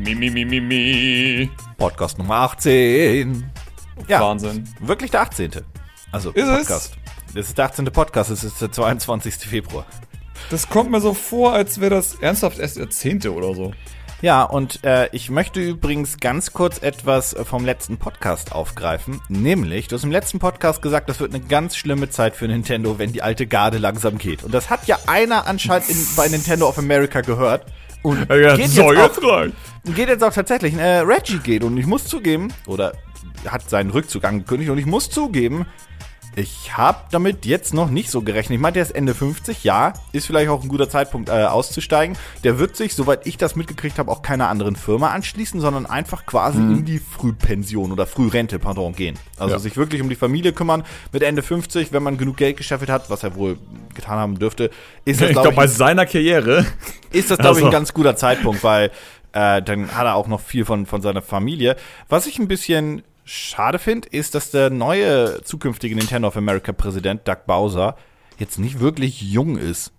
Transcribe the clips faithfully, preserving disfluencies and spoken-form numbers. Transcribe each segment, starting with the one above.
Mi, mi, mi, mi, mi. Podcast Nummer achtzehn. Ja, Wahnsinn. Wirklich der achtzehnte. Also Ist Podcast. Es? Das ist der achtzehnte Podcast, es ist der zweiundzwanzigste Februar. Das kommt mir so vor, als wäre das ernsthaft erst der zehnte oder so. Ja, und äh, ich möchte übrigens ganz kurz etwas vom letzten Podcast aufgreifen. Nämlich, du hast im letzten Podcast gesagt, das wird eine ganz schlimme Zeit für Nintendo, wenn die alte Garde langsam geht. Und das hat ja einer anscheinend in, bei Nintendo of America gehört. Und ja, geht, so jetzt jetzt auch, rein. geht jetzt auch tatsächlich. Äh, Reggie geht und ich muss zugeben, oder hat seinen Rückzug angekündigt und ich muss zugeben, ich habe damit jetzt noch nicht so gerechnet. Ich meinte, der ist Ende fünfzig, ja, ist vielleicht auch ein guter Zeitpunkt äh, auszusteigen. Der wird sich, soweit ich das mitgekriegt habe, auch keiner anderen Firma anschließen, sondern einfach quasi mhm. in die Frühpension oder Frührente, pardon, gehen. Also ja. sich wirklich um die Familie kümmern. Mit Ende fünfzig, wenn man genug Geld gescheffelt hat, was er wohl getan haben dürfte, ist das, ich glaube glaub, bei seiner Karriere ist das, glaube also. ich, ein ganz guter Zeitpunkt, weil äh, dann hat er auch noch viel von, von seiner Familie. Was ich ein bisschen schade finde, ist, dass der neue zukünftige Nintendo of America Präsident Doug Bowser jetzt nicht wirklich jung ist.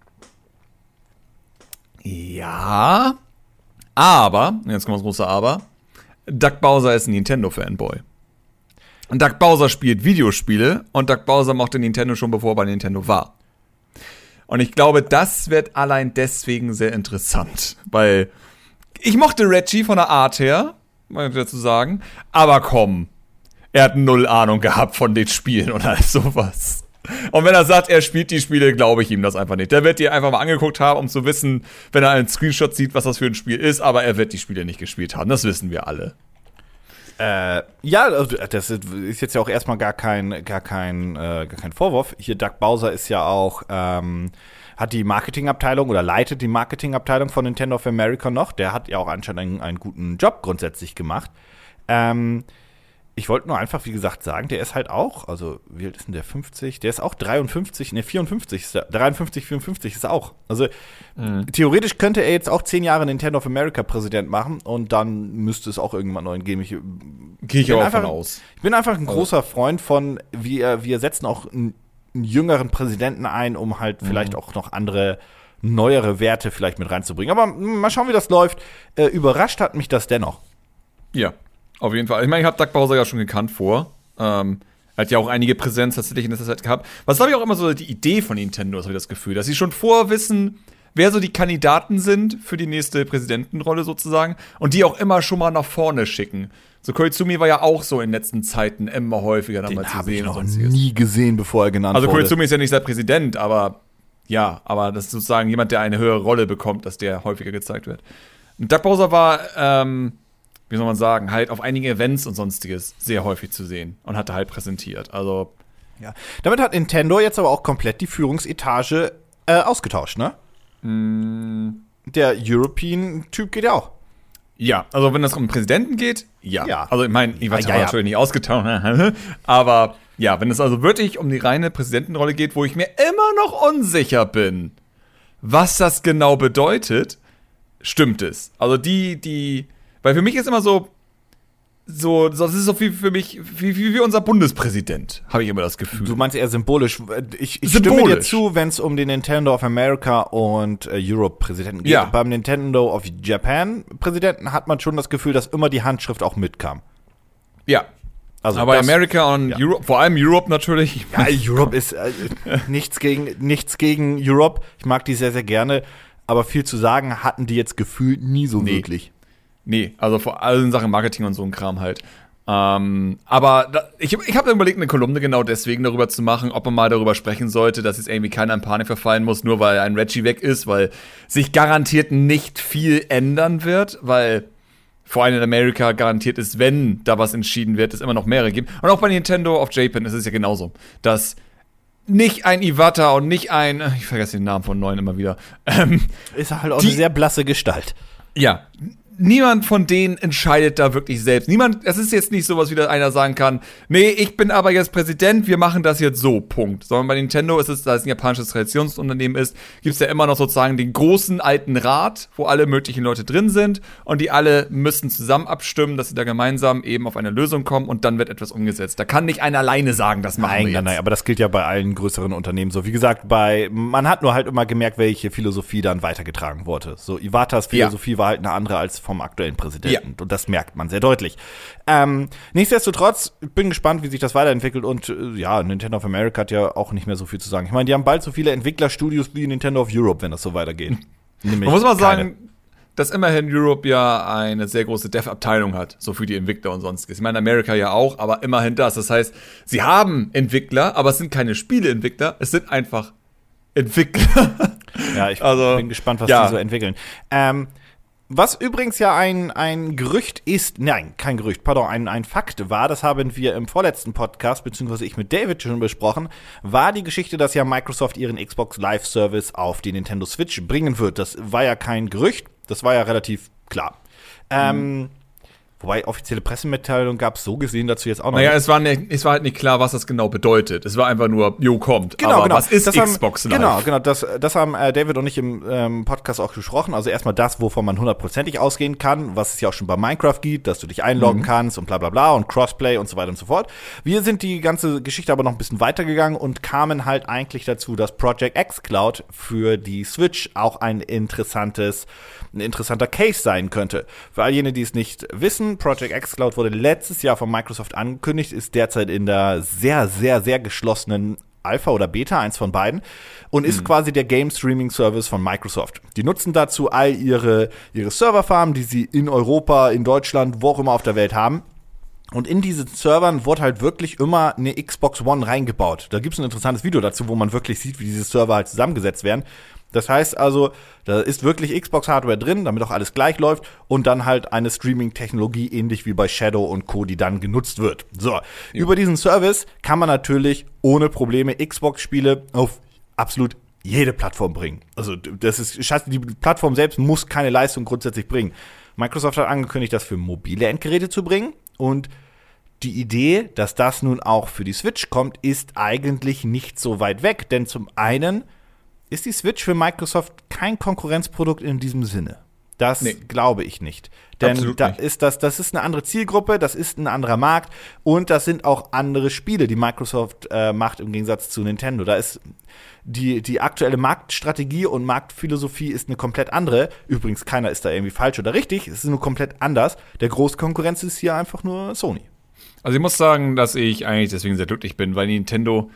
Ja, aber, jetzt kommt das große Aber, Doug Bowser ist ein Nintendo-Fanboy. Und Doug Bowser spielt Videospiele und Doug Bowser mochte Nintendo schon, bevor er bei Nintendo war. Und ich glaube, das wird allein deswegen sehr interessant, weil ich mochte Reggie von der Art her, muss ich dazu sagen, aber komm, er hat null Ahnung gehabt von den Spielen oder sowas. Und wenn er sagt, er spielt die Spiele, glaube ich ihm das einfach nicht. Der wird die einfach mal angeguckt haben, um zu wissen, wenn er einen Screenshot sieht, was das für ein Spiel ist, aber er wird die Spiele nicht gespielt haben. Das wissen wir alle. Äh, ja, also das ist jetzt ja auch erstmal gar kein, gar kein, äh, gar kein Vorwurf. Hier, Doug Bowser ist ja auch, ähm, hat die Marketingabteilung oder leitet die Marketingabteilung von Nintendo of America noch. Der hat ja auch anscheinend einen, einen guten Job grundsätzlich gemacht. Ähm, ich wollte nur einfach, wie gesagt, sagen, der ist halt auch, also wie alt ist denn der, fünfzig? Der ist auch dreiundfünfzig, ne, vierundfünfzig, ist der, dreiundfünfzig, vierundfünfzig ist er auch. Also mhm. theoretisch könnte er jetzt auch zehn Jahre Nintendo of America Präsident machen und dann müsste es auch irgendwann neuen geben. Ich, Gehe ich auch davon aus. Ich bin einfach ein großer Freund von, wir, wir setzen auch einen, einen jüngeren Präsidenten ein, um halt mhm. vielleicht auch noch andere neuere Werte vielleicht mit reinzubringen. Aber mal schauen, wie das läuft. Äh, überrascht hat mich das dennoch. Ja. Auf jeden Fall. Ich meine, ich habe Doug Bowser ja schon gekannt vor. Ähm, er hat ja auch einige Präsenz tatsächlich in der Zeit gehabt. Was glaube ich auch immer so die Idee von Nintendo ist, habe ich das Gefühl, dass sie schon vorwissen, wer so die Kandidaten sind für die nächste Präsidentenrolle sozusagen und die auch immer schon mal nach vorne schicken. So Koizumi war ja auch so in letzten Zeiten immer häufiger damals zu sehen. Den habe ich noch nie gesehen, bevor er genannt also, wurde. Also Koizumi ist ja nicht der Präsident, aber ja, aber das ist sozusagen jemand, der eine höhere Rolle bekommt, dass der häufiger gezeigt wird. Und Doug Bowser war, ähm, wie soll man sagen, halt auf einigen Events und sonstiges sehr häufig zu sehen und hatte halt präsentiert. Also ja. Damit hat Nintendo jetzt aber auch komplett die Führungsetage äh, ausgetauscht, ne? Mm. Der European-Typ geht ja auch. Ja, also wenn es um den Präsidenten geht, ja. ja. Also ich meine, ich weiß ja, ja, ja. natürlich nicht ausgetauscht, aber ja, wenn es also wirklich um die reine Präsidentenrolle geht, wo ich mir immer noch unsicher bin, was das genau bedeutet, stimmt es. Also die, die Weil für mich ist immer so, so, das ist so viel für mich, wie, wie, wie unser Bundespräsident, habe ich immer das Gefühl. Du meinst eher symbolisch. Ich, ich symbolisch. stimme dir zu, wenn es um den Nintendo of America und äh, Europe-Präsidenten geht. Ja. Beim Nintendo of Japan-Präsidenten hat man schon das Gefühl, dass immer die Handschrift auch mitkam. Ja. Also aber das, America und ja. Europe, vor allem Europe natürlich. Ja, Europe ist äh, nichts gegen, nichts gegen Europe. Ich mag die sehr, sehr gerne. Aber viel zu sagen hatten die jetzt gefühlt nie so nee. wirklich. Nee, also vor allem in Sachen Marketing und so ein Kram halt. Ähm, aber da, ich, ich habe überlegt, eine Kolumne genau deswegen darüber zu machen, ob man mal darüber sprechen sollte, dass jetzt irgendwie keiner in Panik verfallen muss, nur weil ein Reggie weg ist, weil sich garantiert nicht viel ändern wird, weil vor allem in Amerika garantiert ist, wenn da was entschieden wird, es immer noch mehrere gibt. Und auch bei Nintendo of Japan ist es ja genauso, dass nicht ein Iwata und nicht ein, ich vergesse den Namen von Neuen immer wieder. Ähm, ist halt auch die, eine sehr blasse Gestalt. Ja, niemand von denen entscheidet da wirklich selbst. Niemand, es ist jetzt nicht sowas, wie da einer sagen kann, nee, ich bin aber jetzt Präsident, wir machen das jetzt so, Punkt. Sondern bei Nintendo ist es, da es ein japanisches Traditionsunternehmen ist, gibt es ja immer noch sozusagen den großen alten Rat, wo alle möglichen Leute drin sind und die alle müssen zusammen abstimmen, dass sie da gemeinsam eben auf eine Lösung kommen und dann wird etwas umgesetzt. Da kann nicht einer alleine sagen, das machen nein, wir jetzt. Nein, nein, aber das gilt ja bei allen größeren Unternehmen so. Wie gesagt, bei man hat nur halt immer gemerkt, welche Philosophie dann weitergetragen wurde. So, Iwatas Philosophie ja. war halt eine andere als vom aktuellen Präsidenten. Ja. Und das merkt man sehr deutlich. Ähm, nichtsdestotrotz, ich bin gespannt, wie sich das weiterentwickelt. Und äh, ja, Nintendo of America hat ja auch nicht mehr so viel zu sagen. Ich meine, die haben bald so viele Entwicklerstudios wie Nintendo of Europe, wenn das so weitergeht. Man muss mal sagen, dass immerhin Europe ja eine sehr große Dev-Abteilung hat, so für die Entwickler und sonstiges. Ich meine, Amerika ja auch, aber immerhin das. Das heißt, sie haben Entwickler, aber es sind keine Spieleentwickler, es sind einfach Entwickler. Ja, ich also, bin gespannt, was ja. die so entwickeln. Ähm, was übrigens ja ein, ein Gerücht ist, nein, kein Gerücht, pardon, ein, ein Fakt war, das haben wir im vorletzten Podcast, beziehungsweise ich mit David schon besprochen, war die Geschichte, dass ja Microsoft ihren Xbox Live Service auf die Nintendo Switch bringen wird. Das war ja kein Gerücht, das war ja relativ klar. Ähm, mhm. Wobei, offizielle Pressemitteilung gab es so gesehen dazu jetzt auch noch naja, nicht. es war, nicht, es war halt nicht klar, was das genau bedeutet. Es war einfach nur, jo, kommt. Genau, aber genau. was ist das Xbox haben, Live? Genau, genau. Das, das haben äh, David und ich im ähm, Podcast auch gesprochen. Also erstmal das, wovon man hundertprozentig ausgehen kann, was es ja auch schon bei Minecraft gibt, dass du dich einloggen mhm. kannst und bla bla bla und Crossplay und so weiter und so fort. Wir sind die ganze Geschichte aber noch ein bisschen weitergegangen und kamen halt eigentlich dazu, dass Project xCloud für die Switch auch ein interessantes, ein interessanter Case sein könnte. Für all jene, die es nicht wissen, Project xCloud wurde letztes Jahr von Microsoft angekündigt, ist derzeit in der sehr, sehr, sehr geschlossenen Alpha oder Beta, eins von beiden, und ist mhm. quasi der Game-Streaming-Service von Microsoft. Die nutzen dazu all ihre, ihre Serverfarmen, die sie in Europa, in Deutschland, wo auch immer auf der Welt haben. Und in diesen Servern wurde halt wirklich immer eine Xbox One reingebaut. Da gibt es ein interessantes Video dazu, wo man wirklich sieht, wie diese Server halt zusammengesetzt werden. Das heißt also, da ist wirklich Xbox-Hardware drin, damit auch alles gleich läuft und dann halt eine Streaming-Technologie, ähnlich wie bei Shadow und Co., die dann genutzt wird. So, ja. Über diesen Service kann man natürlich ohne Probleme Xbox-Spiele auf absolut jede Plattform bringen. Also das ist scheiße, die Plattform selbst muss keine Leistung grundsätzlich bringen. Microsoft hat angekündigt, das für mobile Endgeräte zu bringen und die Idee, dass das nun auch für die Switch kommt, ist eigentlich nicht so weit weg, denn zum einen ist die Switch für Microsoft kein Konkurrenzprodukt in diesem Sinne. Das nee. glaube ich nicht. Denn Absolut da nicht. Ist das, das ist eine andere Zielgruppe, das ist ein anderer Markt und das sind auch andere Spiele, die Microsoft äh, macht im Gegensatz zu Nintendo. Da ist die, die aktuelle Marktstrategie und Marktphilosophie ist eine komplett andere. Übrigens, keiner ist da irgendwie falsch oder richtig, es ist nur komplett anders. Der große Konkurrenz ist hier einfach nur Sony. Also ich muss sagen, dass ich eigentlich deswegen sehr glücklich bin, weil Nintendo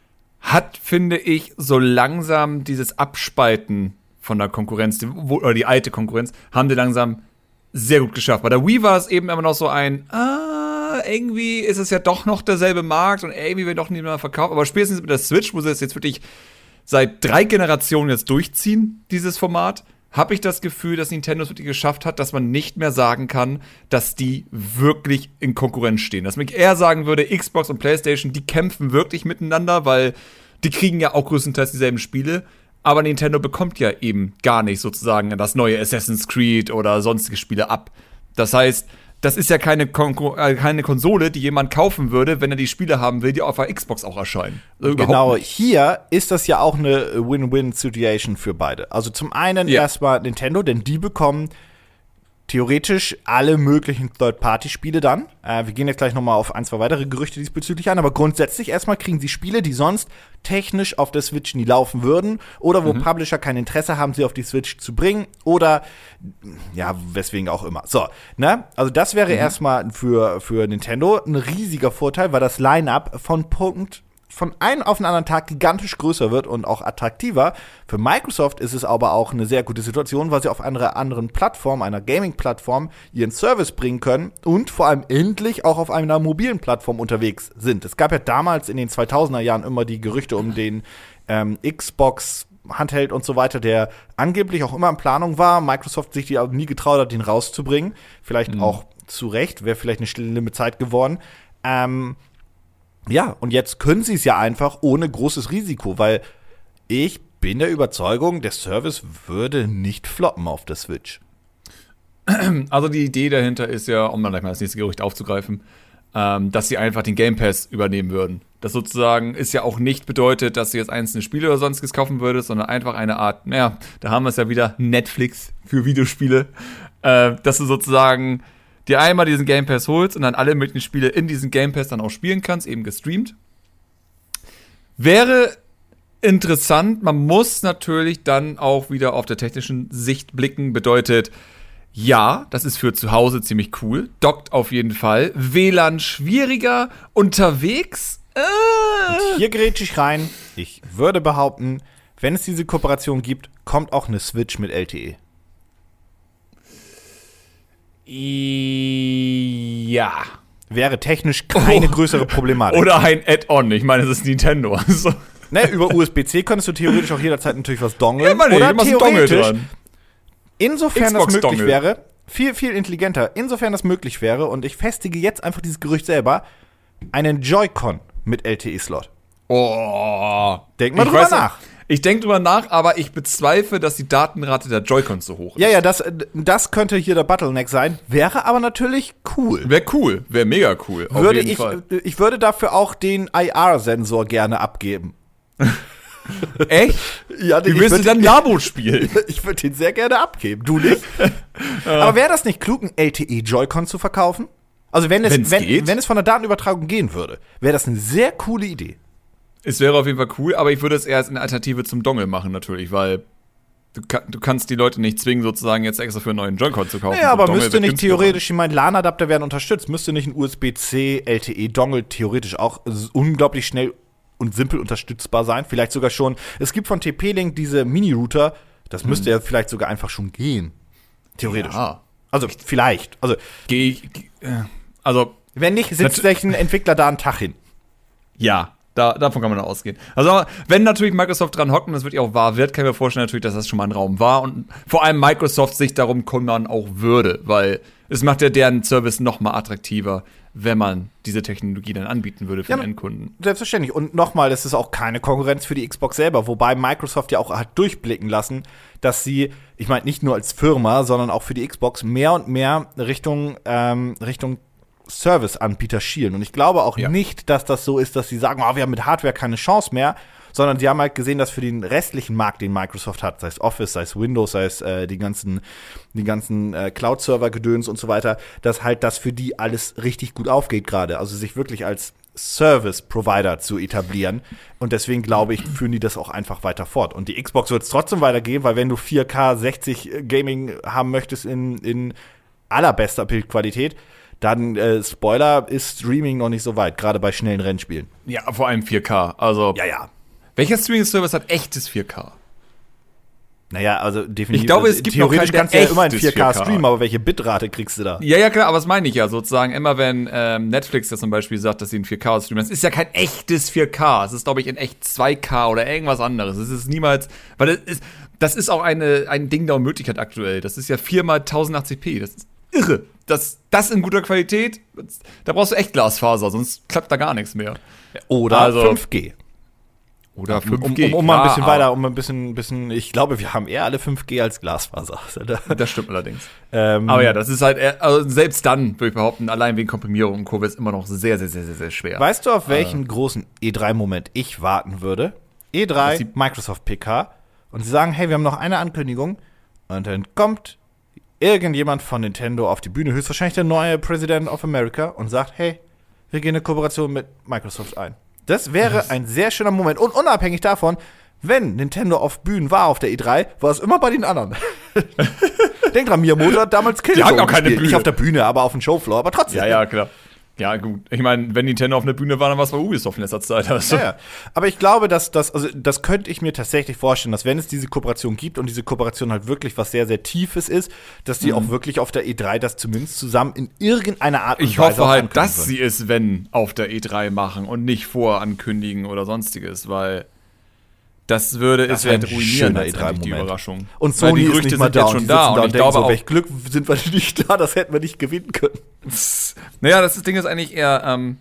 hat, finde ich, so langsam dieses Abspalten von der Konkurrenz, oder die alte Konkurrenz, haben die langsam sehr gut geschafft. Bei der Wii war es eben immer noch so ein, ah, irgendwie ist es ja doch noch derselbe Markt und irgendwie wird doch nicht mehr verkauft. Aber spätestens mit der Switch, wo sie das jetzt wirklich seit drei Generationen jetzt durchziehen, dieses Format, habe ich das Gefühl, dass Nintendo es wirklich geschafft hat, dass man nicht mehr sagen kann, dass die wirklich in Konkurrenz stehen. Dass man eher sagen würde, Xbox und PlayStation, die kämpfen wirklich miteinander, weil die kriegen ja auch größtenteils dieselben Spiele. Aber Nintendo bekommt ja eben gar nicht sozusagen das neue Assassin's Creed oder sonstige Spiele ab. Das heißt, das ist ja keine, Kon- äh, keine Konsole, die jemand kaufen würde, wenn er die Spiele haben will, die auf der Xbox auch erscheinen. Also genau, hier ist das ja auch eine Win-Win-Situation für beide. Also zum einen ja. erstmal Nintendo, denn die bekommen theoretisch alle möglichen Third-Party-Spiele dann. Äh, wir gehen jetzt gleich nochmal auf ein, zwei weitere Gerüchte diesbezüglich ein, aber grundsätzlich erstmal kriegen sie Spiele, die sonst technisch auf der Switch nie laufen würden oder wo mhm. Publisher kein Interesse haben, sie auf die Switch zu bringen oder ja, weswegen auch immer. So, ne? Also das wäre mhm. erstmal für, für Nintendo ein riesiger Vorteil, weil das Line-Up von Punkt von einem auf den anderen Tag gigantisch größer wird und auch attraktiver. Für Microsoft ist es aber auch eine sehr gute Situation, weil sie auf einer anderen Plattform, einer Gaming-Plattform, ihren Service bringen können und vor allem endlich auch auf einer mobilen Plattform unterwegs sind. Es gab ja damals in den zweitausender Jahren immer die Gerüchte um den ähm, Xbox Handheld und so weiter, der angeblich auch immer in Planung war. Microsoft sich die aber nie getraut hat, den rauszubringen. Vielleicht mhm. auch zu Recht, wäre vielleicht eine schlimme Zeit geworden. Ähm, Ja, und jetzt können sie es ja einfach ohne großes Risiko, weil ich bin der Überzeugung, der Service würde nicht floppen auf der Switch. Also die Idee dahinter ist ja, um dann gleich mal das nächste Gerücht aufzugreifen, ähm, dass sie einfach den Game Pass übernehmen würden. Das sozusagen ist ja auch nicht bedeutet, dass du jetzt einzelne Spiele oder sonstiges kaufen würdest, sondern einfach eine Art, naja, da haben wir es ja wieder, Netflix für Videospiele, äh, dass du sozusagen dir einmal diesen Game Pass holst und dann alle möglichen Spiele in diesen Game Pass dann auch spielen kannst, eben gestreamt. Wäre interessant, man muss natürlich dann auch wieder auf der technischen Sicht blicken, bedeutet, Ja, das ist für zu Hause ziemlich cool. Dockt auf jeden Fall. W L A N schwieriger. Unterwegs? Äh. Und hier grätsch ich rein. Ich würde behaupten, wenn es diese Kooperation gibt, kommt auch eine Switch mit L T E. Ja. Wäre technisch keine oh. größere Problematik. Oder ein Add-on. Ich meine, es ist Nintendo. Also. Ne, über U S B C könntest du theoretisch auch jederzeit natürlich was dongeln. Ja, Mann, oder theoretisch, dran. insofern das möglich Dongle. wäre, viel, viel intelligenter, insofern das möglich wäre, und ich festige jetzt einfach dieses Gerücht selber, einen Joy-Con mit L T E-Slot. Oh. Denk mal ich drüber weiß, nach. Ich denke drüber nach, aber ich bezweifle, dass die Datenrate der Joy-Cons so hoch ist. Ja, ja, das, das könnte hier der Bottleneck sein. Wäre aber natürlich cool. Wäre cool. Wäre mega cool. Auf Würde jeden ich, Fall. ich würde dafür auch den I R-Sensor gerne abgeben. Echt? Ja, Wie willst du dann Labo spielen? Ich würde den sehr gerne abgeben. Du nicht? Ja. Aber wäre das nicht klug, einen L T E-Joy-Con zu verkaufen? Also wenn es, wenn, geht? wenn es von der Datenübertragung gehen würde, wäre das eine sehr coole Idee. Es wäre auf jeden Fall cool, aber ich würde es eher als eine Alternative zum Dongle machen natürlich, weil du, kann, du kannst die Leute nicht zwingen, sozusagen jetzt extra für einen neuen Joy-Con zu kaufen. Ja, aber Dongle müsste nicht günstiger theoretisch, ich meine, LAN-Adapter werden unterstützt, müsste nicht ein U S B C L T E-Dongle theoretisch auch unglaublich schnell und simpel unterstützbar sein? Vielleicht sogar schon, es gibt von T P-Link diese Mini-Router, das müsste hm. ja vielleicht sogar einfach schon gehen. Theoretisch. Ja. Also vielleicht. Also, Geh ich, geh, also wenn nicht, sitzt sich ein Entwickler da einen Tag hin. Ja. Da, davon kann man ausgehen. Also, wenn natürlich Microsoft dran hockt und das wirklich auch wahr wird, kann ich mir vorstellen natürlich, dass das schon mal ein Raum war und vor allem Microsoft sich darum kümmern auch würde, weil es macht ja deren Service noch mal attraktiver, wenn man diese Technologie dann anbieten würde für ja, den Endkunden. Selbstverständlich. Und nochmal, das ist auch keine Konkurrenz für die Xbox selber, wobei Microsoft ja auch hat durchblicken lassen, dass sie, ich meine nicht nur als Firma, sondern auch für die Xbox mehr und mehr Richtung, ähm, Richtung Service-Anbieter schielen. Und ich glaube auch ja. nicht, dass das so ist, dass sie sagen, oh, wir haben mit Hardware keine Chance mehr, sondern sie haben halt gesehen, dass für den restlichen Markt, den Microsoft hat, sei es Office, sei es Windows, sei es äh, die ganzen, die ganzen äh, Cloud-Server-Gedöns und so weiter, dass halt das für die alles richtig gut aufgeht gerade. Also sich wirklich als Service-Provider zu etablieren. Und deswegen glaube ich, führen die das auch einfach weiter fort. Und die Xbox wird es trotzdem weitergehen, weil wenn du vier K sechzig Gaming haben möchtest in, in allerbester Bildqualität, dann, äh, Spoiler, ist Streaming noch nicht so weit, gerade bei schnellen Rennspielen. Ja, vor allem vier K. Also, ja, ja. Welcher Streaming-Service hat echtes vier K? Naja, also definitiv. Ich glaube, es gibt theoretisch noch kein, kannst du ja immer in vier K, vier K streamen, aber welche Bitrate kriegst du da? Ja, ja, klar, aber das meine ich ja sozusagen. Immer wenn ähm, Netflix ja zum Beispiel sagt, dass sie in vier K streamen, das ist ja kein echtes vier K. Es ist, glaube ich, in echt zwei K oder irgendwas anderes. Es ist niemals, weil das ist, das ist auch eine, ein Ding der Unmöglichkeit aktuell. Das ist ja vier mal tausendachtzig p. Das ist irre. Das, das in guter Qualität, da brauchst du echt Glasfaser, sonst klappt da gar nichts mehr. Oder also, fünf G. Oder fünf G. Um, um, um mal ein bisschen weiter, um ein bisschen, bisschen, ich glaube, wir haben eher alle fünf G als Glasfaser. Das stimmt allerdings. Ähm, Aber ja, das ist halt, eher, also selbst dann, würde ich behaupten, allein wegen Komprimierung und Kurve ist immer noch sehr, sehr, sehr, sehr, sehr schwer. Weißt du, auf welchen äh, großen E drei Moment ich warten würde? E drei, Microsoft P K. Und sie sagen, hey, wir haben noch eine Ankündigung. Und dann kommt irgendjemand von Nintendo auf die Bühne, höchstwahrscheinlich der neue President of America, und sagt, hey, wir gehen eine Kooperation mit Microsoft ein. Das wäre ein sehr schöner Moment. Und unabhängig davon, wenn Nintendo auf Bühnen war auf der E drei, war es immer bei den anderen. Denk dran, Miyamoto hat damals Killzone Die haben auch keine gespielt. Bühne. Nicht auf der Bühne, aber auf dem Showfloor, aber trotzdem. Ja, ja, klar. Ja, gut. Ich meine, wenn Nintendo auf einer Bühne war, dann war es bei Ubisoft in letzter Zeit. Also. Ja, ja. Aber ich glaube, dass das, also das könnte ich mir tatsächlich vorstellen, dass wenn es diese Kooperation gibt und diese Kooperation halt wirklich was sehr, sehr Tiefes ist, dass die mhm. auch wirklich auf der E drei das zumindest zusammen in irgendeiner Art und ich Weise hoffe halt, dass würden. sie es, wenn, auf der E drei machen und nicht vorankündigen oder sonstiges, weil das würde das es halt ein ruinieren, E drei die Überraschung. Und Sony die Gerüchte ist nicht mal sind da jetzt schon da. Und, und ich glaube so, auch, welch Glück sind wir nicht da, das hätten wir nicht gewinnen können. Naja, das Ding ist eigentlich eher, ähm,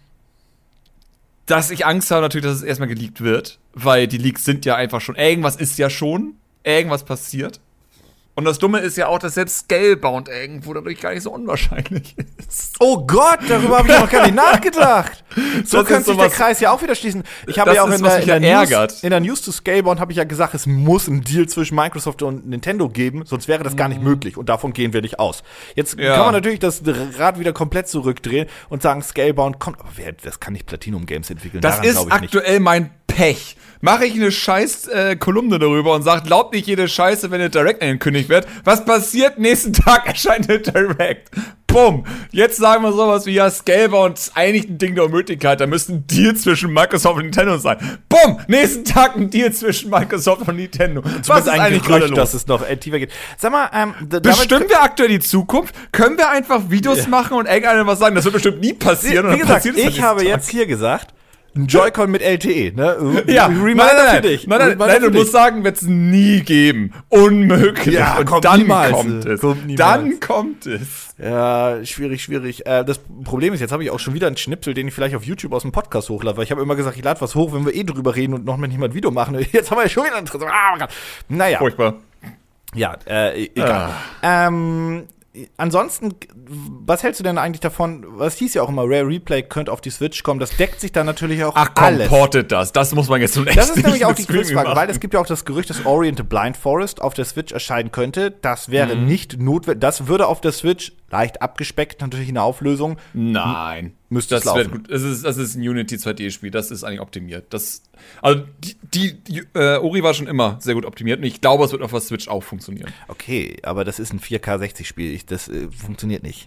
dass ich Angst habe natürlich, dass es erstmal geleakt wird, weil die Leaks sind ja einfach schon, irgendwas ist ja schon, irgendwas passiert. Und das Dumme ist ja auch, dass selbst Scalebound irgendwo dadurch gar nicht so unwahrscheinlich ist. Oh Gott, darüber habe ich noch gar nicht nachgedacht. So das könnte sich der Kreis ja auch wieder schließen. Ich habe ja auch ist, in der, in, der News, in der News zu Scalebound habe ich ja gesagt, es muss einen Deal zwischen Microsoft und Nintendo geben, sonst wäre das gar nicht mhm. möglich. Und davon gehen wir nicht aus. Jetzt ja. kann man natürlich das Rad wieder komplett zurückdrehen und sagen, Scalebound kommt, aber wer, das kann nicht Platinum Games entwickeln. Das Daran ist ich aktuell nicht. mein Pech, mache ich eine scheiß äh, Kolumne darüber und sage, glaubt nicht jede Scheiße, wenn eine Direct angekündigt wird. Was passiert? Nächsten Tag erscheint eine Direct. Bumm. Jetzt sagen wir sowas wie, ja, Scale war uns eigentlich ein Ding der Unmöglichkeit. Da müsste ein Deal zwischen Microsoft und Nintendo sein. Bumm. Nächsten Tag ein Deal zwischen Microsoft und Nintendo. Was ist eigentlich gerade los? Dass es noch tiefer geht. Sag mal, ähm, bestimmen wir aktuell die Zukunft? Können wir einfach Videos ja. machen und irgendeiner was sagen? Das wird bestimmt nie passieren. Wie, wie gesagt, ich habe Tag. jetzt hier gesagt, ein Joy-Con mit L T E, ne? Ja, nein, nein, nein, nein, nein, nein, du musst sagen, wird es nie geben. Unmöglich. Ja, und kommt dann niemals. kommt es. Kommt dann kommt es. Ja, schwierig, schwierig. Äh, das Problem ist, jetzt habe ich auch schon wieder einen Schnipsel, den ich vielleicht auf YouTube aus dem Podcast hochlade, weil ich habe immer gesagt, ich lade was hoch, wenn wir eh drüber reden und noch nicht mal ein Video machen. Jetzt haben wir ja schon wieder ein Interesse. Ah, naja. Furchtbar. Ja, äh, egal. Ah. Ähm, ansonsten, was hältst du denn eigentlich davon? Was hieß ja auch immer, Rare Replay könnte auf die Switch kommen. Das deckt sich dann natürlich auch Ach komm, alles. portet das. Das muss man jetzt nun echt Das ist nämlich auch die Streaming Quizfrage, machen. weil es gibt ja auch das Gerücht, dass Ori and the Blind Forest auf der Switch erscheinen könnte. Das wäre mhm. nicht notwendig. Das würde auf der Switch leicht abgespeckt, natürlich in der Auflösung. Nein. Müsste das es laufen. Gut. Das ist, das ist ein Unity zwei D-Spiel. Das ist eigentlich optimiert. Das, also die, die, die äh, Ori war schon immer sehr gut optimiert und ich glaube, es wird auf der Switch auch funktionieren. Okay, aber das ist ein vier K sechzig Spiel. Ich, das äh, funktioniert nicht.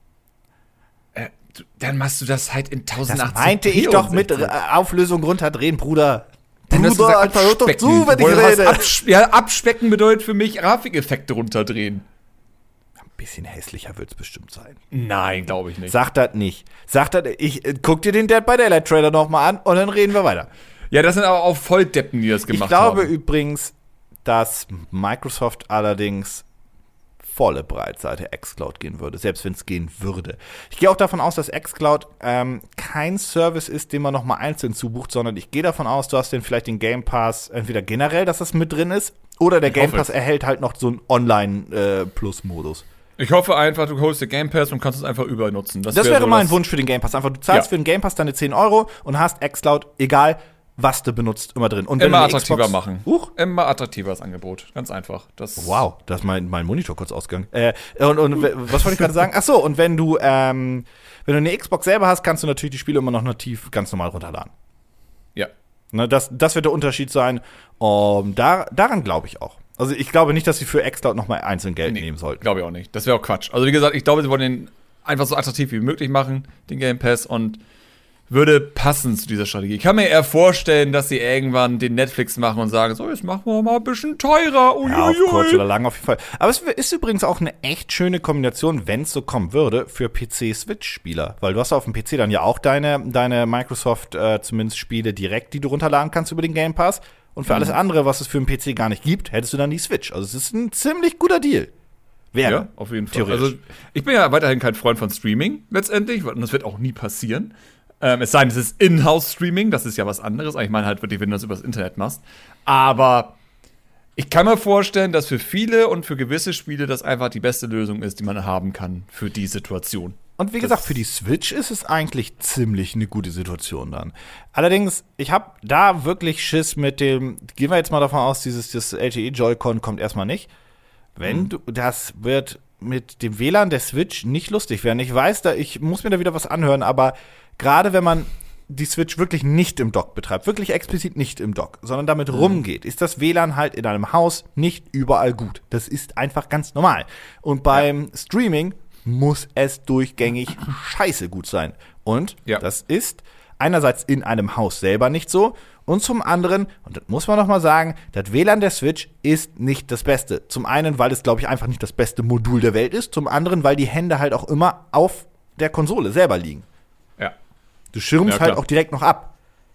Äh, du, dann machst du das halt in tausendachtzig. Das meinte ich doch mit äh, Auflösung runterdrehen, Bruder. Bruder, einfach hör doch zu, wenn ich rede. Abs- ja, abspecken bedeutet für mich Grafikeffekte runterdrehen. Bisschen hässlicher wird's bestimmt sein. Nein, glaube ich nicht. Sag das nicht. Sag das, ich äh, guck dir den Dead by Daylight Trailer noch mal an und dann reden wir weiter. Ja, das sind aber auch Volldeppen, die das gemacht haben. Ich glaube haben. übrigens, dass Microsoft allerdings volle Breitseite xCloud gehen würde, selbst wenn es gehen würde. Ich gehe auch davon aus, dass xCloud ähm, kein Service ist, den man noch mal einzeln zubucht, sondern ich gehe davon aus, du hast den vielleicht den Game Pass entweder generell, dass das mit drin ist, oder der Game Pass erhält halt noch so einen Online-Plus-Modus. Äh, Ich hoffe einfach, du holst dir Game Pass und kannst es einfach überall nutzen. Das, das wäre so mein Wunsch für den Game Pass. Einfach, du zahlst ja. für den Game Pass deine zehn Euro und hast xCloud, egal was du benutzt, immer drin. Und wenn immer du attraktiver Xbox, machen. Huch. Immer attraktiver das Angebot. Ganz einfach. Das wow, da ist mein, mein Monitor kurz ausgegangen. Äh, und, und was wollte ich gerade sagen? Ach so, und wenn du, ähm, wenn du eine Xbox selber hast, kannst du natürlich die Spiele immer noch nativ ganz normal runterladen. Ja. Ne, das, das wird der Unterschied sein. Um, da, daran glaube ich auch. Also ich glaube nicht, dass sie für xCloud nochmal einzeln Geld nee, nehmen sollten. Glaube ich auch nicht. Das wäre auch Quatsch. Also wie gesagt, ich glaube, sie wollen den einfach so attraktiv wie möglich machen, den Game Pass, und würde passen zu dieser Strategie. Ich kann mir eher vorstellen, dass sie irgendwann den Netflix machen und sagen, so, jetzt machen wir mal ein bisschen teurer. Uiuiui. Ja, auf kurz oder lang auf jeden Fall. Aber es ist übrigens auch eine echt schöne Kombination, wenn es so kommen würde, für P C-Switch-Spieler. Weil du hast auf dem P C dann ja auch deine, deine Microsoft äh, zumindest Spiele direkt, die du runterladen kannst über den Game Pass. Und für mhm. alles andere, was es für den P C gar nicht gibt, hättest du dann die Switch. Also es ist ein ziemlich guter Deal. Wäre. Ja, auf jeden Fall. Also ich bin ja weiterhin kein Freund von Streaming letztendlich, und das wird auch nie passieren. Ähm, es sei denn, es ist In-House-Streaming, das ist ja was anderes. Ich meine halt wirklich, wenn du das übers Internet machst. Aber ich kann mir vorstellen, dass für viele und für gewisse Spiele das einfach die beste Lösung ist, die man haben kann für die Situation. Und wie gesagt, für die Switch ist es eigentlich ziemlich eine gute Situation dann. Allerdings, ich habe da wirklich Schiss mit dem, gehen wir jetzt mal davon aus, dieses das L T E Joy-Con kommt erstmal nicht. Wenn mhm. du, das wird mit dem W L A N der Switch nicht lustig werden. Ich weiß, da, ich muss mir da wieder was anhören, aber gerade wenn man die Switch wirklich nicht im Dock betreibt, wirklich explizit nicht im Dock, sondern damit mhm. rumgeht, ist das W L A N halt in einem Haus nicht überall gut. Das ist einfach ganz normal. Und beim ja. Streaming muss es durchgängig scheiße gut sein. Und ja. das ist einerseits in einem Haus selber nicht so und zum anderen, und das muss man noch mal sagen, das W L A N der Switch ist nicht das Beste. Zum einen, weil es, glaube ich, einfach nicht das beste Modul der Welt ist, zum anderen, weil die Hände halt auch immer auf der Konsole selber liegen. Ja. Du schirmst ja, halt auch direkt noch ab.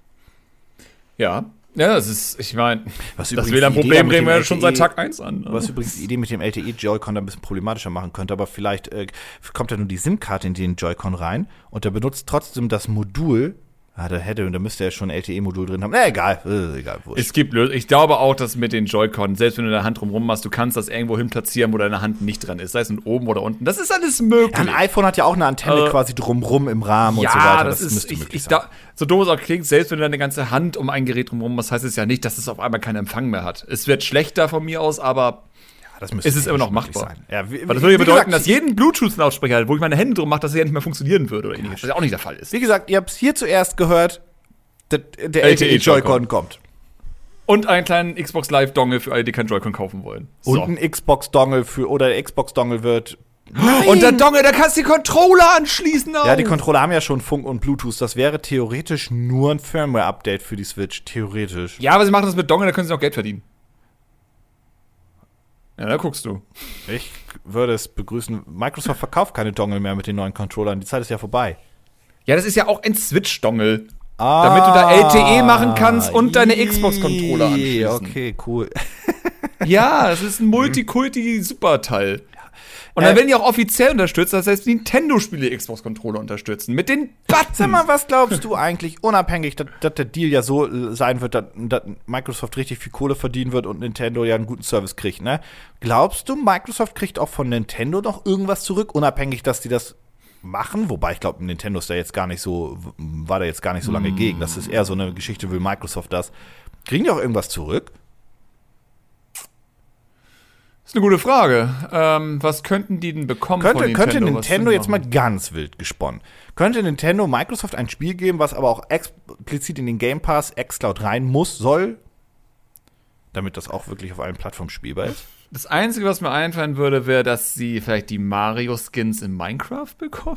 Ja. Ja, das ist, ich meine, das W W L A N-Problem bringen wir ja schon seit Tag eins an. Ne? Was übrigens die Idee mit dem L T E Joy-Con da ein bisschen problematischer machen könnte, aber vielleicht äh, kommt da nur die SIM-Karte in den Joy-Con rein und der benutzt trotzdem das Modul. Ah, da hätte, da müsste er schon ein L T E-Modul drin haben. Na, egal, äh, egal, wurscht. Es gibt Lösungen. Ich glaube auch, dass mit den Joy-Con, selbst wenn du deine Hand drumherum machst, du kannst das irgendwo hin platzieren, wo deine Hand nicht dran ist. Sei es oben oder unten. Das ist alles möglich. Ja, ein iPhone hat ja auch eine Antenne äh, quasi drumherum im Rahmen ja, und so weiter. Das, das ist, müsste ich, möglich ich, sein. Da, so doof es auch klingt, selbst wenn du deine ganze Hand um ein Gerät drumherum hast, heißt es ja nicht, dass es auf einmal keinen Empfang mehr hat. Es wird schlechter von mir aus, aber das es ist immer noch machbar. Sein. Ja, wie, Weil das würde ja bedeuten, gesagt, dass jeden Bluetooth-Lautsprecher, wo ich meine Hände drum mache, dass er ja nicht mehr funktionieren würde oder ähnliches, was ja auch nicht der Fall ist. Wie gesagt, ihr habt es hier zuerst gehört. Der, der L T E-Joy-Con kommt. Und einen kleinen Xbox Live-Dongle für alle, die kein Joy-Con kaufen wollen. So. Und ein Xbox-Dongle für, oder der Xbox-Dongle wird. Nein. Und der Dongle, da kannst du die Controller anschließen auch. Ja, die Controller haben ja schon Funk und Bluetooth. Das wäre theoretisch nur ein Firmware-Update für die Switch. Theoretisch. Ja, aber sie machen das mit Dongle, da können sie auch Geld verdienen. Ja, da guckst du. Ich würde es begrüßen. Microsoft verkauft keine Dongle mehr mit den neuen Controllern. Die Zeit ist ja vorbei. Ja, das ist ja auch ein Switch-Dongle. Ah, damit du da L T E machen kannst und deine Xbox-Controller anschließen. Okay, cool. Ja, das ist ein Multikulti-Superteil. Und dann äh, werden die auch offiziell unterstützt, das heißt, Nintendo-Spiele Xbox-Controller unterstützen. Mit den Buttons. Sag mal, was glaubst du eigentlich, unabhängig, dass, dass der Deal ja so sein wird, dass, dass Microsoft richtig viel Kohle verdienen wird und Nintendo ja einen guten Service kriegt, ne? Glaubst du, Microsoft kriegt auch von Nintendo noch irgendwas zurück, unabhängig, dass die das machen? Wobei, ich glaube, Nintendo ist da jetzt gar nicht so, war da jetzt gar nicht so lange mm. gegen. Das ist eher so eine Geschichte, will Microsoft das. Kriegen die auch irgendwas zurück? Das ist eine gute Frage. Ähm, was könnten die denn bekommen könnte, von Nintendo? Könnte Nintendo jetzt mal ganz wild gesponnen. Könnte Nintendo Microsoft ein Spiel geben, was aber auch explizit in den Game Pass xCloud rein muss, soll, damit das auch wirklich auf allen Plattformen spielbar ist? Das Einzige, was mir einfallen würde, wäre, dass sie vielleicht die Mario-Skins in Minecraft bekommen.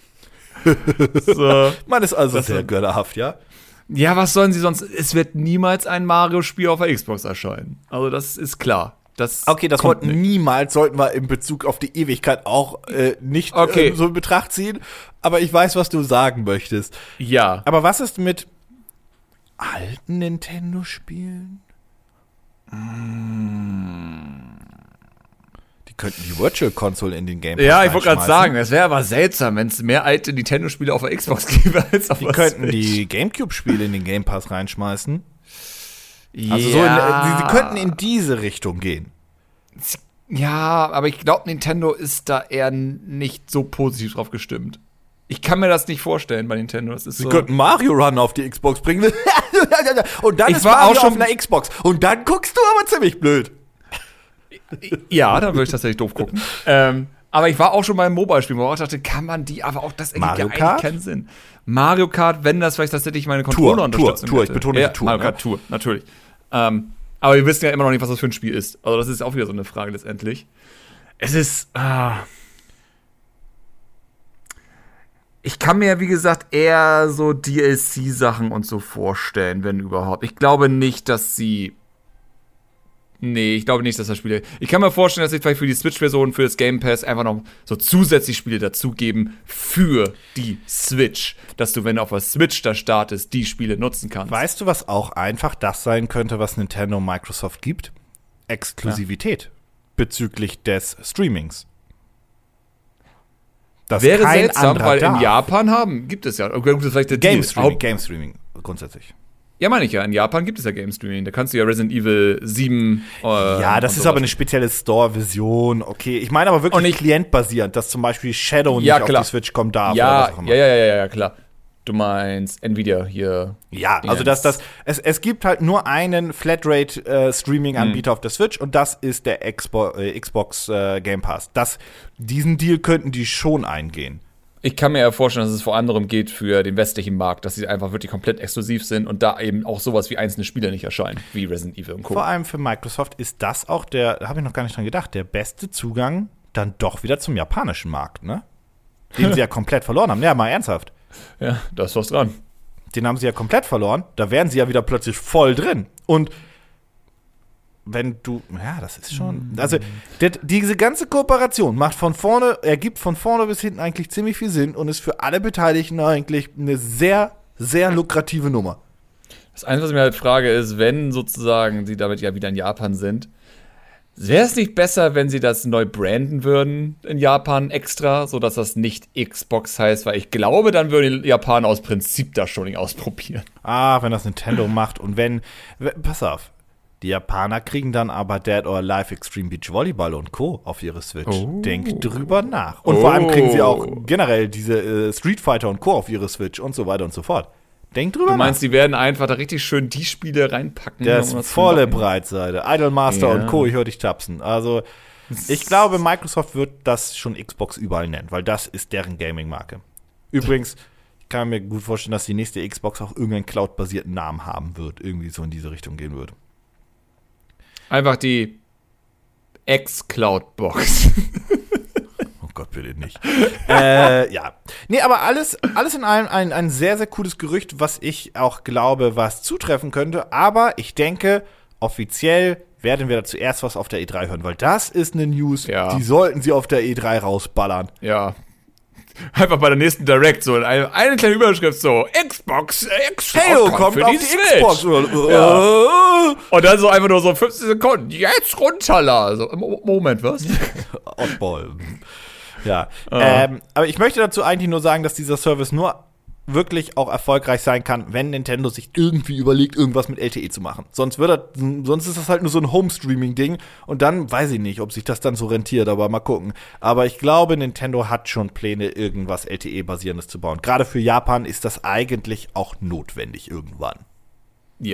So. Man ist also das sehr gönnerhaft, ja? Ja, was sollen sie sonst? Es wird niemals ein Mario-Spiel auf der Xbox erscheinen. Also das ist klar. Das okay, das Wort niemals sollten wir in Bezug auf die Ewigkeit auch äh, nicht okay. äh, so in Betracht ziehen. Aber ich weiß, was du sagen möchtest. Ja. Aber was ist mit alten Nintendo-Spielen? Die könnten die Virtual Console in den Game Pass Ja, ich wollte gerade sagen, es wäre aber seltsam, wenn es mehr alte Nintendo-Spiele auf der Xbox gäbe als auf die der könnten Switch. Die GameCube-Spiele in den Game Pass reinschmeißen. Ja. Also so in, sie, sie könnten in diese Richtung gehen. Ja, aber ich glaube, Nintendo ist da eher nicht so positiv drauf gestimmt. Ich kann mir das nicht vorstellen bei Nintendo. Das ist sie so könnten Mario Run auf die Xbox bringen. Und dann ich ist war Mario auch schon auf einer Xbox. Und dann guckst du aber ziemlich blöd. Ja, dann würde ich tatsächlich doof gucken. ähm, aber ich war auch schon beim Mobile-Spiel, wo ich auch dachte, kann man die, aber auch das ergibt Mario ja Kart? eigentlich keinen Sinn. Mario Kart, wenn das vielleicht tatsächlich meine Controller unterstützen Tour, Tour, ich betone ja, die Tour. Mario ne? Kart Tour, natürlich. Ähm, aber wir wissen ja immer noch nicht, was das für ein Spiel ist. Also das ist auch wieder so eine Frage letztendlich. Es ist, ah, ich kann mir, wie gesagt, eher so D L C-Sachen und so vorstellen, wenn überhaupt. Ich glaube nicht, dass sie Nee, ich glaube nicht, dass das Spiele. Ich kann mir vorstellen, dass sie vielleicht für die Switch-Version, für das Game Pass einfach noch so zusätzlich Spiele dazugeben für die Switch. Dass du, wenn du auf der Switch da startest, die Spiele nutzen kannst. Weißt du, was auch einfach das sein könnte, was Nintendo und Microsoft gibt? Exklusivität ja. bezüglich des Streamings. Das wäre kein seltsam, weil darf. in Japan haben, gibt es ja. Okay, das ist vielleicht der Game Deal. Streaming, Game Streaming grundsätzlich. Ja, meine ich ja. In Japan gibt es ja Game Streaming. Da kannst du ja Resident Evil sieben äh, Ja, das ist aber eine spezielle Store-Version. Okay, ich meine aber wirklich klientbasierend, dass zum Beispiel Shadow ja, nicht klar. auf die Switch kommen darf. Ja, oder was auch immer. ja, ja, ja, ja, klar. Du meinst Nvidia hier. Ja, also das, das, es, es gibt halt nur einen Flatrate-Streaming-Anbieter äh, hm. auf der Switch und das ist der Xbox, äh, Xbox äh, Game Pass. Das, diesen Deal könnten die schon eingehen. Ich kann mir ja vorstellen, dass es vor anderem geht für den westlichen Markt, dass sie einfach wirklich komplett exklusiv sind und da eben auch sowas wie einzelne Spiele nicht erscheinen, wie Resident Evil und Co. Vor allem für Microsoft ist das auch der, da habe ich noch gar nicht dran gedacht, der beste Zugang dann doch wieder zum japanischen Markt, ne? Den sie ja komplett verloren haben. Ja, mal ernsthaft. Ja, da ist was dran. Den haben sie ja komplett verloren. Da wären sie ja wieder plötzlich voll drin. Und wenn du, ja, das ist schon, also das, diese ganze Kooperation macht von vorne, ergibt von vorne bis hinten eigentlich ziemlich viel Sinn und ist für alle Beteiligten eigentlich eine sehr, sehr lukrative Nummer. Das Einzige, was ich mir halt frage, ist, wenn sozusagen sie damit ja wieder in Japan sind, wäre es nicht besser, wenn sie das neu branden würden in Japan extra, sodass das nicht Xbox heißt, weil ich glaube, dann würden die Japaner aus Prinzip das schon nicht ausprobieren. Ah, wenn das Nintendo macht und wenn, pass auf, die Japaner kriegen dann aber Dead or Alive Extreme Beach Volleyball und Co. auf ihre Switch. Oh. Denkt drüber nach. Und oh. vor allem kriegen sie auch generell diese äh, Street Fighter und Co. auf ihre Switch und so weiter und so fort. Denkt drüber nach. Du meinst, nach. Die werden einfach da richtig schön die Spiele reinpacken? Das ist volle Breitseite. Idolmaster ja. und Co. Ich höre dich tapsen. Also, ich glaube, Microsoft wird das schon Xbox überall nennen, weil das ist deren Gaming-Marke. Übrigens, kann mir gut vorstellen, dass die nächste Xbox auch irgendeinen Cloud-basierten Namen haben wird. Irgendwie so in diese Richtung gehen wird. Einfach die X-Cloud-Box. Oh Gott, bitte nicht. äh, ja. Nee, aber alles, alles in allem ein, ein sehr, sehr cooles Gerücht, was ich auch glaube, was zutreffen könnte. Aber ich denke, offiziell werden wir da zuerst was auf der E drei hören, weil das ist eine News, ja. die sollten sie auf der E drei rausballern. Ja. Einfach bei der nächsten Direct so eine, eine kleine Überschrift so Xbox X Halo kommt für auf die, die Switch. Xbox. Oder, ja. Und dann so einfach nur so fünfzehn Sekunden. Jetzt runterladen. So, Moment, was? Oddball. Ja. Ah. Ähm, aber ich möchte dazu eigentlich nur sagen, dass dieser Service nur wirklich auch erfolgreich sein kann, wenn Nintendo sich irgendwie überlegt, irgendwas mit L T E zu machen. Sonst wird das, sonst ist das halt nur so ein Home-Streaming-Ding und dann weiß ich nicht, ob sich das dann so rentiert, aber mal gucken. Aber ich glaube, Nintendo hat schon Pläne, irgendwas L T E-basierendes zu bauen. Gerade für Japan ist das eigentlich auch notwendig irgendwann. Ja.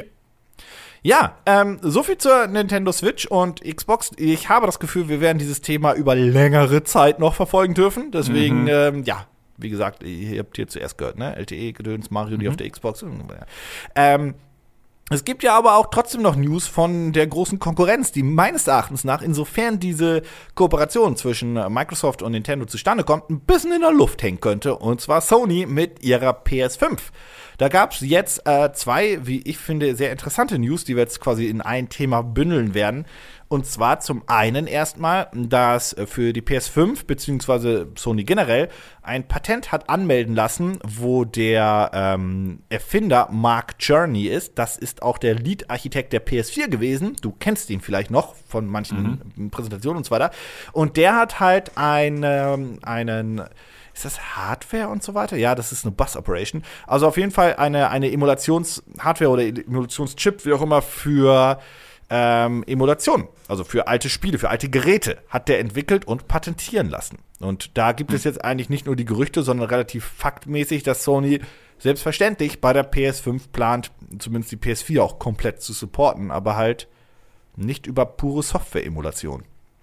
Ja, ähm, so viel zur Nintendo Switch und Xbox. Ich habe das Gefühl, wir werden dieses Thema über längere Zeit noch verfolgen dürfen. Deswegen, mhm. ähm, ja, wie gesagt, ihr habt hier zuerst gehört, ne? L T E-Gedöns, Mario, die mhm. auf der Xbox. Ähm, es gibt ja aber auch trotzdem noch News von der großen Konkurrenz, die meines Erachtens nach, insofern diese Kooperation zwischen Microsoft und Nintendo zustande kommt, ein bisschen in der Luft hängen könnte. Und zwar Sony mit ihrer P S fünf. Da gab es jetzt äh, zwei, wie ich finde, sehr interessante News, die wir jetzt quasi in ein Thema bündeln werden. Und zwar zum einen erstmal, dass für die P S fünf beziehungsweise Sony generell ein Patent hat anmelden lassen, wo der ähm, Erfinder Mark Cerny ist. Das ist auch der Lead-Architekt der P S vier gewesen. Du kennst ihn vielleicht noch von manchen mhm. Präsentationen und so weiter. Und der hat halt ein, einen Ist das Hardware und so weiter? Ja, das ist eine Bus-Operation. Also auf jeden Fall eine, eine Emulations-Hardware oder Emulationschip, wie auch immer, für ähm, Emulation. Also für alte Spiele, für alte Geräte hat der entwickelt und patentieren lassen. Und da gibt es jetzt eigentlich nicht nur die Gerüchte, sondern relativ faktmäßig, dass Sony selbstverständlich bei der P S fünf plant, zumindest die P S vier auch komplett zu supporten, aber halt nicht über pure Software-Emulation.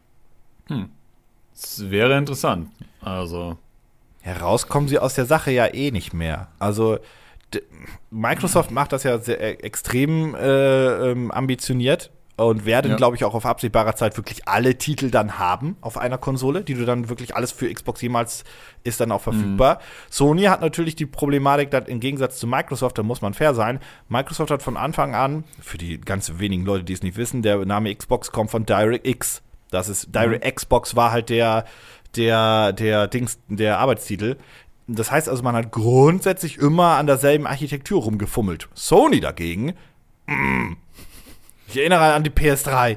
Hm. Das wäre interessant. Also herauskommen sie aus der Sache ja eh nicht mehr. Also d- Microsoft macht das ja sehr äh, extrem äh, ähm, ambitioniert und werden, ja. glaube ich, auch auf absehbarer Zeit wirklich alle Titel dann haben auf einer Konsole, die du dann wirklich alles für Xbox jemals ist dann auch verfügbar. Mhm. Sony hat natürlich die Problematik, dass im Gegensatz zu Microsoft, da muss man fair sein, Microsoft hat von Anfang an, für die ganz wenigen Leute, die es nicht wissen, der Name Xbox kommt von DirectX. Das ist, Direct mhm. Xbox war halt der der, der Dings, der Arbeitstitel. Das heißt also, man hat grundsätzlich immer an derselben Architektur rumgefummelt. Sony dagegen, mm, ich erinnere an die P S drei.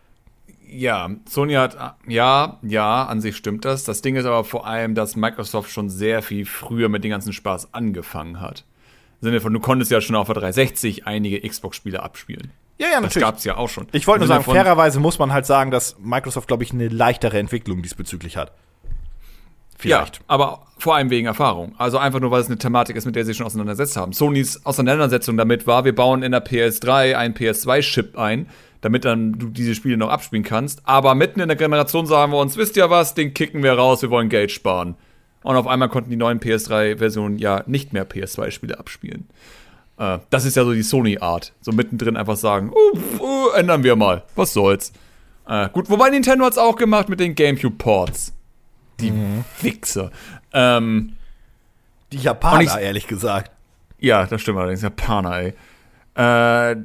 Ja, Sony hat, ja, ja, an sich stimmt das. Das Ding ist aber vor allem, dass Microsoft schon sehr viel früher mit dem ganzen Spaß angefangen hat. Im Sinne von, du konntest ja schon auf der dreihundertsechzig einige Xbox-Spiele abspielen. Ja, ja, natürlich. Das gab's ja auch schon. Ich wollte nur sagen, fairerweise muss man halt sagen, dass Microsoft, glaube ich, eine leichtere Entwicklung diesbezüglich hat. Vielleicht. Ja, aber vor allem wegen Erfahrung. Also einfach nur, weil es eine Thematik ist, mit der sie schon auseinandergesetzt haben. Sonys Auseinandersetzung damit war, wir bauen in der P S drei einen P S zwei Chip ein, damit dann du diese Spiele noch abspielen kannst. Aber mitten in der Generation sagen wir uns, wisst ihr was, den kicken wir raus, wir wollen Geld sparen. Und auf einmal konnten die neuen P S drei Versionen ja nicht mehr P S zwei Spiele abspielen. Äh, das ist ja so die Sony-Art. So mittendrin einfach sagen, uh, uh, ändern wir mal. Was soll's. Äh, gut, wobei Nintendo hat's auch gemacht mit den GameCube-Ports. Die mhm. Wichser. Ähm, die Japaner, ich, ehrlich gesagt. Ja, das stimmt allerdings. Japaner, ey. Äh,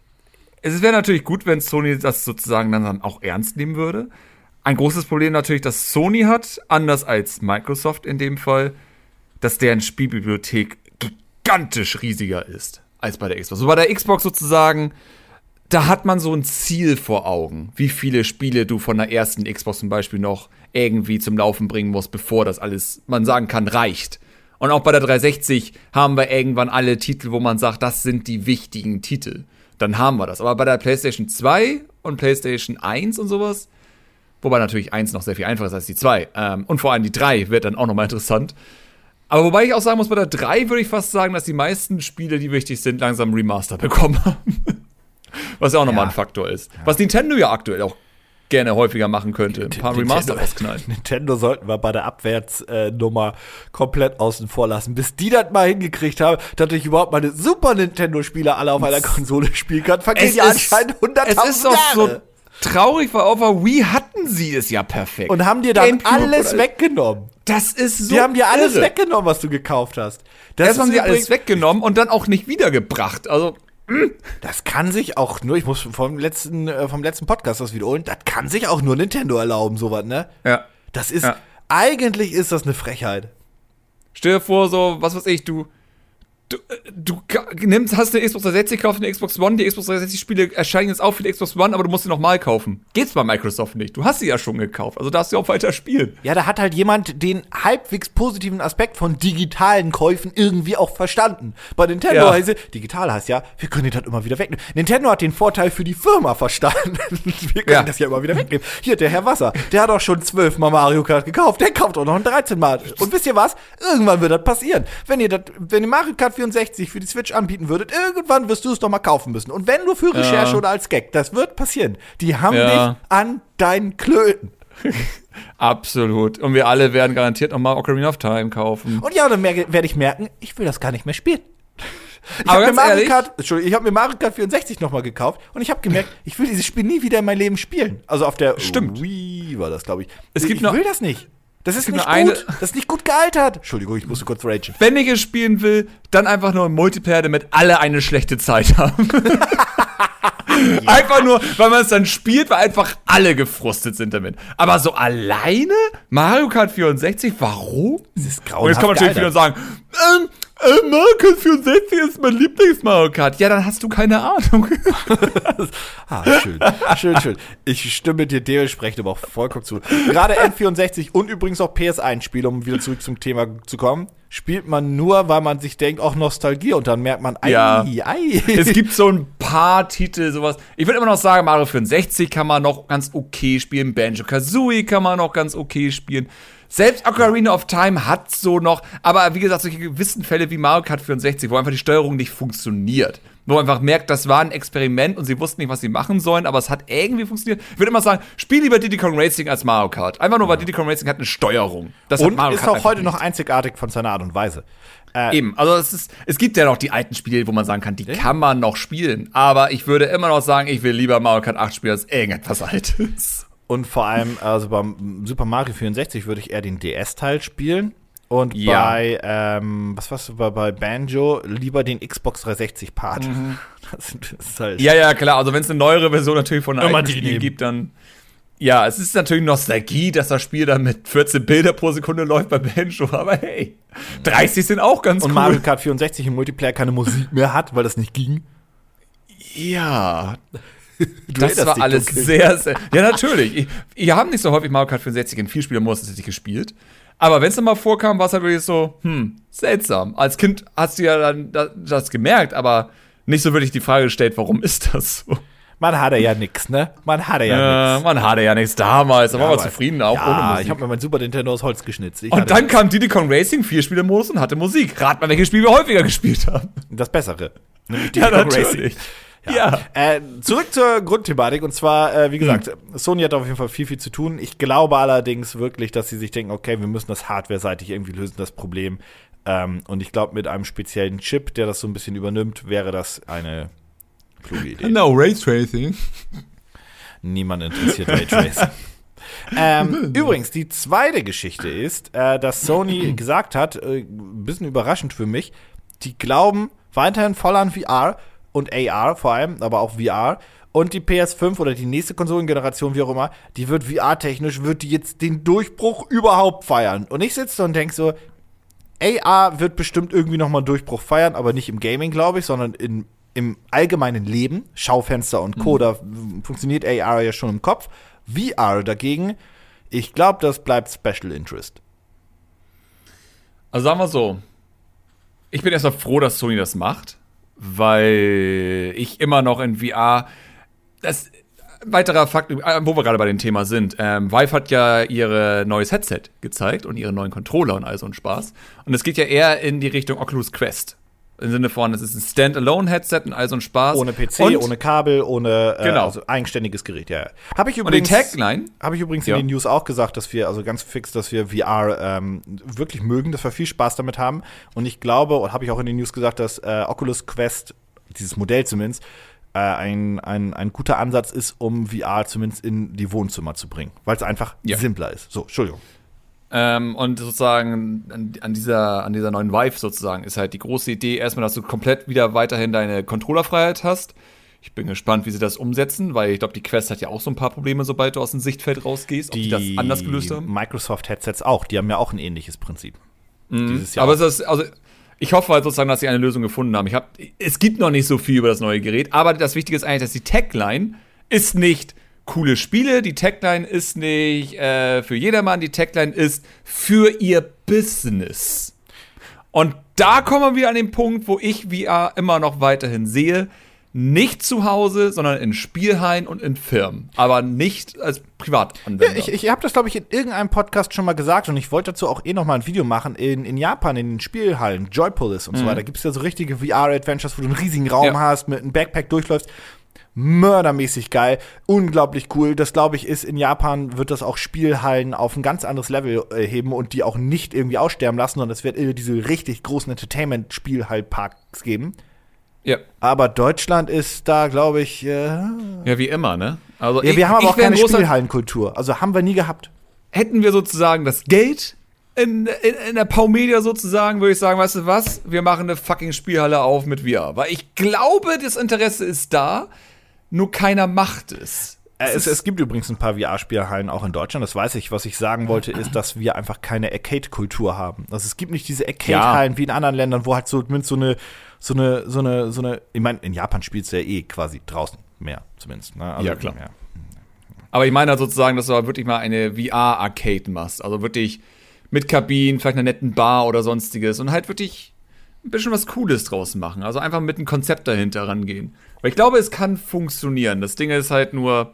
es wäre natürlich gut, wenn Sony das sozusagen dann auch ernst nehmen würde. Ein großes Problem natürlich, das Sony hat, anders als Microsoft in dem Fall, dass deren Spielbibliothek gigantisch riesiger ist als bei der Xbox. So bei der Xbox sozusagen, da hat man so ein Ziel vor Augen, wie viele Spiele du von der ersten Xbox zum Beispiel noch irgendwie zum Laufen bringen musst, bevor das alles, man sagen kann, reicht. Und auch bei der dreihundertsechzig haben wir irgendwann alle Titel, wo man sagt, das sind die wichtigen Titel. Dann haben wir das. Aber bei der PlayStation zwei und PlayStation eins und sowas, wobei natürlich eins noch sehr viel einfacher ist als die zwei, ähm, und vor allem die drei wird dann auch nochmal interessant. Aber wobei ich auch sagen muss, bei der drei würde ich fast sagen, dass die meisten Spiele, die wichtig sind, langsam Remaster bekommen haben. Was ja auch nochmal ja. ein Faktor ist. Ja. Was Nintendo ja aktuell auch gerne häufiger machen könnte. Ein paar Remaster Nintendo, rausknallen. Nintendo sollten wir bei der Abwärtsnummer komplett außen vor lassen. Bis die das mal hingekriegt haben, dass ich überhaupt meine Super Nintendo-Spiele alle auf einer Konsole spielen kann, vergehen Es die ist- anscheinend hunderttausend Es ist doch Jahre. so traurig, weil auf der Wii hatten sie es ja perfekt. Und haben dir dann GameCube alles oder- weggenommen. Das ist so Die haben dir alles irre. weggenommen, was du gekauft hast. Das Erst haben ist sie alles übrigens- weggenommen und dann auch nicht wiedergebracht. Also, Das kann sich auch nur, ich muss vom letzten, äh, vom letzten Podcast das wiederholen, das kann sich auch nur Nintendo erlauben, sowas, ne? ja. Das ist, Ja. eigentlich ist das eine Frechheit. Stell dir vor, so, was weiß ich, du. Du, du ka- nimmst, hast eine Xbox dreihundertsechzig, kaufst eine Xbox One, die Xbox dreihundertsechzig-Spiele erscheinen jetzt auch für die Xbox One, aber du musst sie nochmal kaufen. Geht's bei Microsoft nicht. Du hast sie ja schon gekauft, also darfst du auch weiter spielen. Ja, da hat halt jemand den halbwegs positiven Aspekt von digitalen Käufen irgendwie auch verstanden. Bei Nintendo Ja. heißt es, digital heißt ja, wir können den halt immer wieder wegnehmen. Nintendo hat den Vorteil für die Firma verstanden. Wir können Ja. das ja immer wieder wegnehmen. Hier, der Herr Wasser, der hat auch schon zwölf Mal Mario Kart gekauft, der kauft auch noch ein dreizehn Mal. Und wisst ihr was? Irgendwann wird das passieren. Wenn ihr das, wenn ihr Mario Kart vierundsechzig für die Switch anbieten würdet, irgendwann wirst du es doch mal kaufen müssen. Und wenn nur für Recherche Ja. oder als Gag, das wird passieren. Die haben Ja. dich an deinen Klöten. Absolut. Und wir alle werden garantiert nochmal Ocarina of Time kaufen. Und ja, dann mer- werde ich merken, ich will das gar nicht mehr spielen. Ich Aber habe mir, ganz Mario ehrlich- Kart- Entschuldigung, ich hab mir Mario Kart vierundsechzig nochmal gekauft und ich habe gemerkt, ich will dieses Spiel nie wieder in mein Leben spielen. Also auf der Stimmt. Wii war das, glaube ich. Es gibt ich noch- will das nicht. Das ist gibt nicht nur eine- gut. Das ist nicht gut gealtert. Entschuldigung, ich musste kurz ragen. Wenn ich es spielen will, dann einfach nur im Multiplayer, damit alle eine schlechte Zeit haben. Einfach nur, weil man es dann spielt, weil einfach alle gefrustet sind damit. Aber so alleine Mario Kart vierundsechzig, warum? Das ist Und grauenhaft jetzt kann man natürlich wieder gealtert. sagen, ähm, äh, Mario Kart vierundsechzig ist mein Lieblings-Mario Kart. Ja, dann hast du keine Ahnung. Ah, schön. Schön, schön. Ich stimme dir dementsprechend aber auch vollkommen zu. Gerade N vierundsechzig und übrigens auch P S eins Spiele, um wieder zurück zum Thema zu kommen, spielt man nur, weil man sich denkt, auch Nostalgie, und dann merkt man, ei, Ja. ei. Es gibt so ein paar Titel, sowas. Ich würde immer noch sagen, Mario vierundsechzig kann man noch ganz okay spielen. Banjo-Kazooie kann man noch ganz okay spielen. Selbst Ocarina of Time hat so noch, aber wie gesagt, solche gewissen Fälle wie Mario Kart vierundsechzig, wo einfach die Steuerung nicht funktioniert. Wo man einfach merkt, das war ein Experiment und sie wussten nicht, was sie machen sollen, aber es hat irgendwie funktioniert. Ich würde immer sagen, spiel lieber Diddy Kong Racing als Mario Kart. Einfach nur, weil Diddy Kong Racing hat eine Steuerung. Das hat Und Mario ist Kart auch einfach heute nicht. noch einzigartig von seiner Art und Weise. Äh, Eben, also es, ist, es gibt ja noch die alten Spiele, wo man sagen kann, die kann man noch spielen. Aber ich würde immer noch sagen, ich will lieber Mario Kart acht spielen als irgendetwas Altes. Und vor allem, also beim Super Mario vierundsechzig würde ich eher den D S-Teil spielen. Und Ja. bei, ähm, was war's, bei, bei Banjo lieber den Xbox dreihundertsechzig-Part. Das, das ist halt. Ja, ja, klar. Also wenn es eine neuere Version natürlich von einem Immer alten die Spiel nehmen. gibt, dann ja, es ist natürlich Nostalgie, dass das Spiel dann mit vierzehn Bilder pro Sekunde läuft bei Banjo, aber hey, dreißig sind auch ganz Und cool. Mario Kart vierundsechzig im Multiplayer keine Musik mehr hat, weil das nicht ging. Ja, Du das erinnerst war dich, alles okay. sehr, sehr. Ja, natürlich. Ich, wir haben nicht so häufig Mario Kart vierundsechzig in Vielspielermodus tatsächlich gespielt. Aber wenn es dann mal vorkam, war es halt wirklich so, hm, seltsam. Als Kind hast du ja dann das, das gemerkt, aber nicht so wirklich die Frage gestellt, warum ist das so? Man hatte ja nix, ne? Man hatte ja Ja, nix. man hatte ja nichts damals, da war man aber- zufrieden, auch ja, ohne Musik. ich habe mir mein Super Nintendo aus Holz geschnitzt. Ich Und hatte dann kam Diddy Kong Racing, Vierspielermodus und hatte Musik. Rat mal, welches Spiel wir häufiger gespielt haben. das Bessere. Nämlich Ja, Diddy Kong natürlich. Ja. Äh, zurück zur Grundthematik, und zwar, äh, wie gesagt, Sony hat auf jeden Fall viel, viel zu tun. Ich glaube allerdings wirklich, dass sie sich denken, okay, wir müssen das hardware-seitig irgendwie lösen, das Problem. Ähm, und ich glaube, mit einem speziellen Chip, der das so ein bisschen übernimmt, wäre das eine kluge Idee. No, Raytracing. Niemand interessiert Raytracing. ähm, übrigens, die zweite Geschichte ist, äh, dass Sony gesagt hat, äh, ein bisschen überraschend für mich, die glauben weiterhin voll an V R und A R vor allem, aber auch V R. Und die P S fünf oder die nächste Konsolengeneration, wie auch immer, die wird V R-technisch, wird die jetzt den Durchbruch überhaupt feiern. Und ich sitze da und denke so, A R wird bestimmt irgendwie nochmal einen Durchbruch feiern, aber nicht im Gaming, glaube ich, sondern in, im allgemeinen Leben, Schaufenster und Co., da funktioniert A R ja schon im Kopf. V R dagegen, ich glaube, das bleibt Special Interest. Also sagen wir so, ich bin erstmal froh, dass Sony das macht, weil ich immer noch in V R, das weiterer Fakt, wo wir gerade bei dem Thema sind, ähm, Vive hat ja ihr neues Headset gezeigt und ihre neuen Controller und all so ein Spaß. Und es geht ja eher in die Richtung Oculus Quest. Im Sinne von, es ist ein Standalone-Headset und all so ein Spaß. Ohne P C, und, ohne Kabel, ohne äh, genau. also eigenständiges Gerät, ja. Habe ich und die übrigens, Tagline? Habe ich übrigens Ja. in den News auch gesagt, dass wir, also ganz fix, dass wir V R ähm, wirklich mögen, dass wir viel Spaß damit haben. Und ich glaube, und habe ich auch in den News gesagt, dass äh, Oculus Quest, dieses Modell zumindest, äh, ein, ein, ein guter Ansatz ist, um V R zumindest in die Wohnzimmer zu bringen. Weil es einfach Ja. simpler ist. So, Entschuldigung. Ähm, und sozusagen an, an, dieser, an dieser neuen Vive sozusagen ist halt die große Idee erstmal, dass du komplett wieder weiterhin deine Controllerfreiheit hast. Ich bin gespannt, wie sie das umsetzen, weil ich glaube, die Quest hat ja auch so ein paar Probleme, sobald du aus dem Sichtfeld rausgehst, ob die, die das anders gelöst haben. Microsoft-Headsets auch, die haben ja auch ein ähnliches Prinzip. Mhm. Dieses Jahr Aber auch. es ist, also ich hoffe halt sozusagen, dass sie eine Lösung gefunden haben. Ich hab, es gibt noch nicht so viel über das neue Gerät, aber das Wichtige ist eigentlich, dass die Tagline ist nicht coole Spiele, die Tagline ist nicht äh, für jedermann, die Tagline ist für ihr Business. Und da kommen wir wieder an den Punkt, wo ich V R immer noch weiterhin sehe. Nicht zu Hause, sondern in Spielhallen und in Firmen. Aber nicht als Privatanwender. Ja, ich ich habe das, glaube ich, in irgendeinem Podcast schon mal gesagt und ich wollte dazu auch eh noch mal ein Video machen. In, in Japan, in den Spielhallen, Joypolis und mhm. so weiter, gibt es ja so richtige V R-Adventures, wo du einen riesigen Raum ja. hast, mit einem Backpack durchläufst. Mördermäßig geil, unglaublich cool. Das, glaube ich, ist in Japan, wird das auch Spielhallen auf ein ganz anderes Level äh, heben und die auch nicht irgendwie aussterben lassen, sondern es wird äh, diese richtig großen Entertainment-Spielhallenparks geben. Ja. Aber Deutschland ist da, glaube ich, äh ja, wie immer, ne? Also ja, ich, wir haben aber auch keine großer- Spielhallenkultur. Also haben wir nie gehabt. Hätten wir sozusagen das Geld in, in, in der Pau-Media sozusagen, würde ich sagen, weißt du was? Wir machen eine fucking Spielhalle auf mit V R. Weil ich glaube, das Interesse ist da, nur keiner macht es. Äh, es, es gibt übrigens ein paar V R-Spielhallen auch in Deutschland, das weiß ich. Was ich sagen wollte, ist, dass wir einfach keine Arcade-Kultur haben. Also es gibt nicht diese Arcade-Hallen ja. wie in anderen Ländern, wo halt so mit so eine, so eine, so eine, so eine, ich meine, in Japan spielst du ja eh quasi draußen mehr, zumindest. Ne? Also, ja, klar. Ja. Aber ich meine halt sozusagen, dass du halt wirklich mal eine V R-Arcade machst. Also wirklich mit Kabinen, vielleicht einer netten Bar oder sonstiges und halt wirklich ein bisschen was Cooles draus machen. Also einfach mit einem Konzept dahinter rangehen. Weil ich glaube, es kann funktionieren. Das Ding ist halt nur,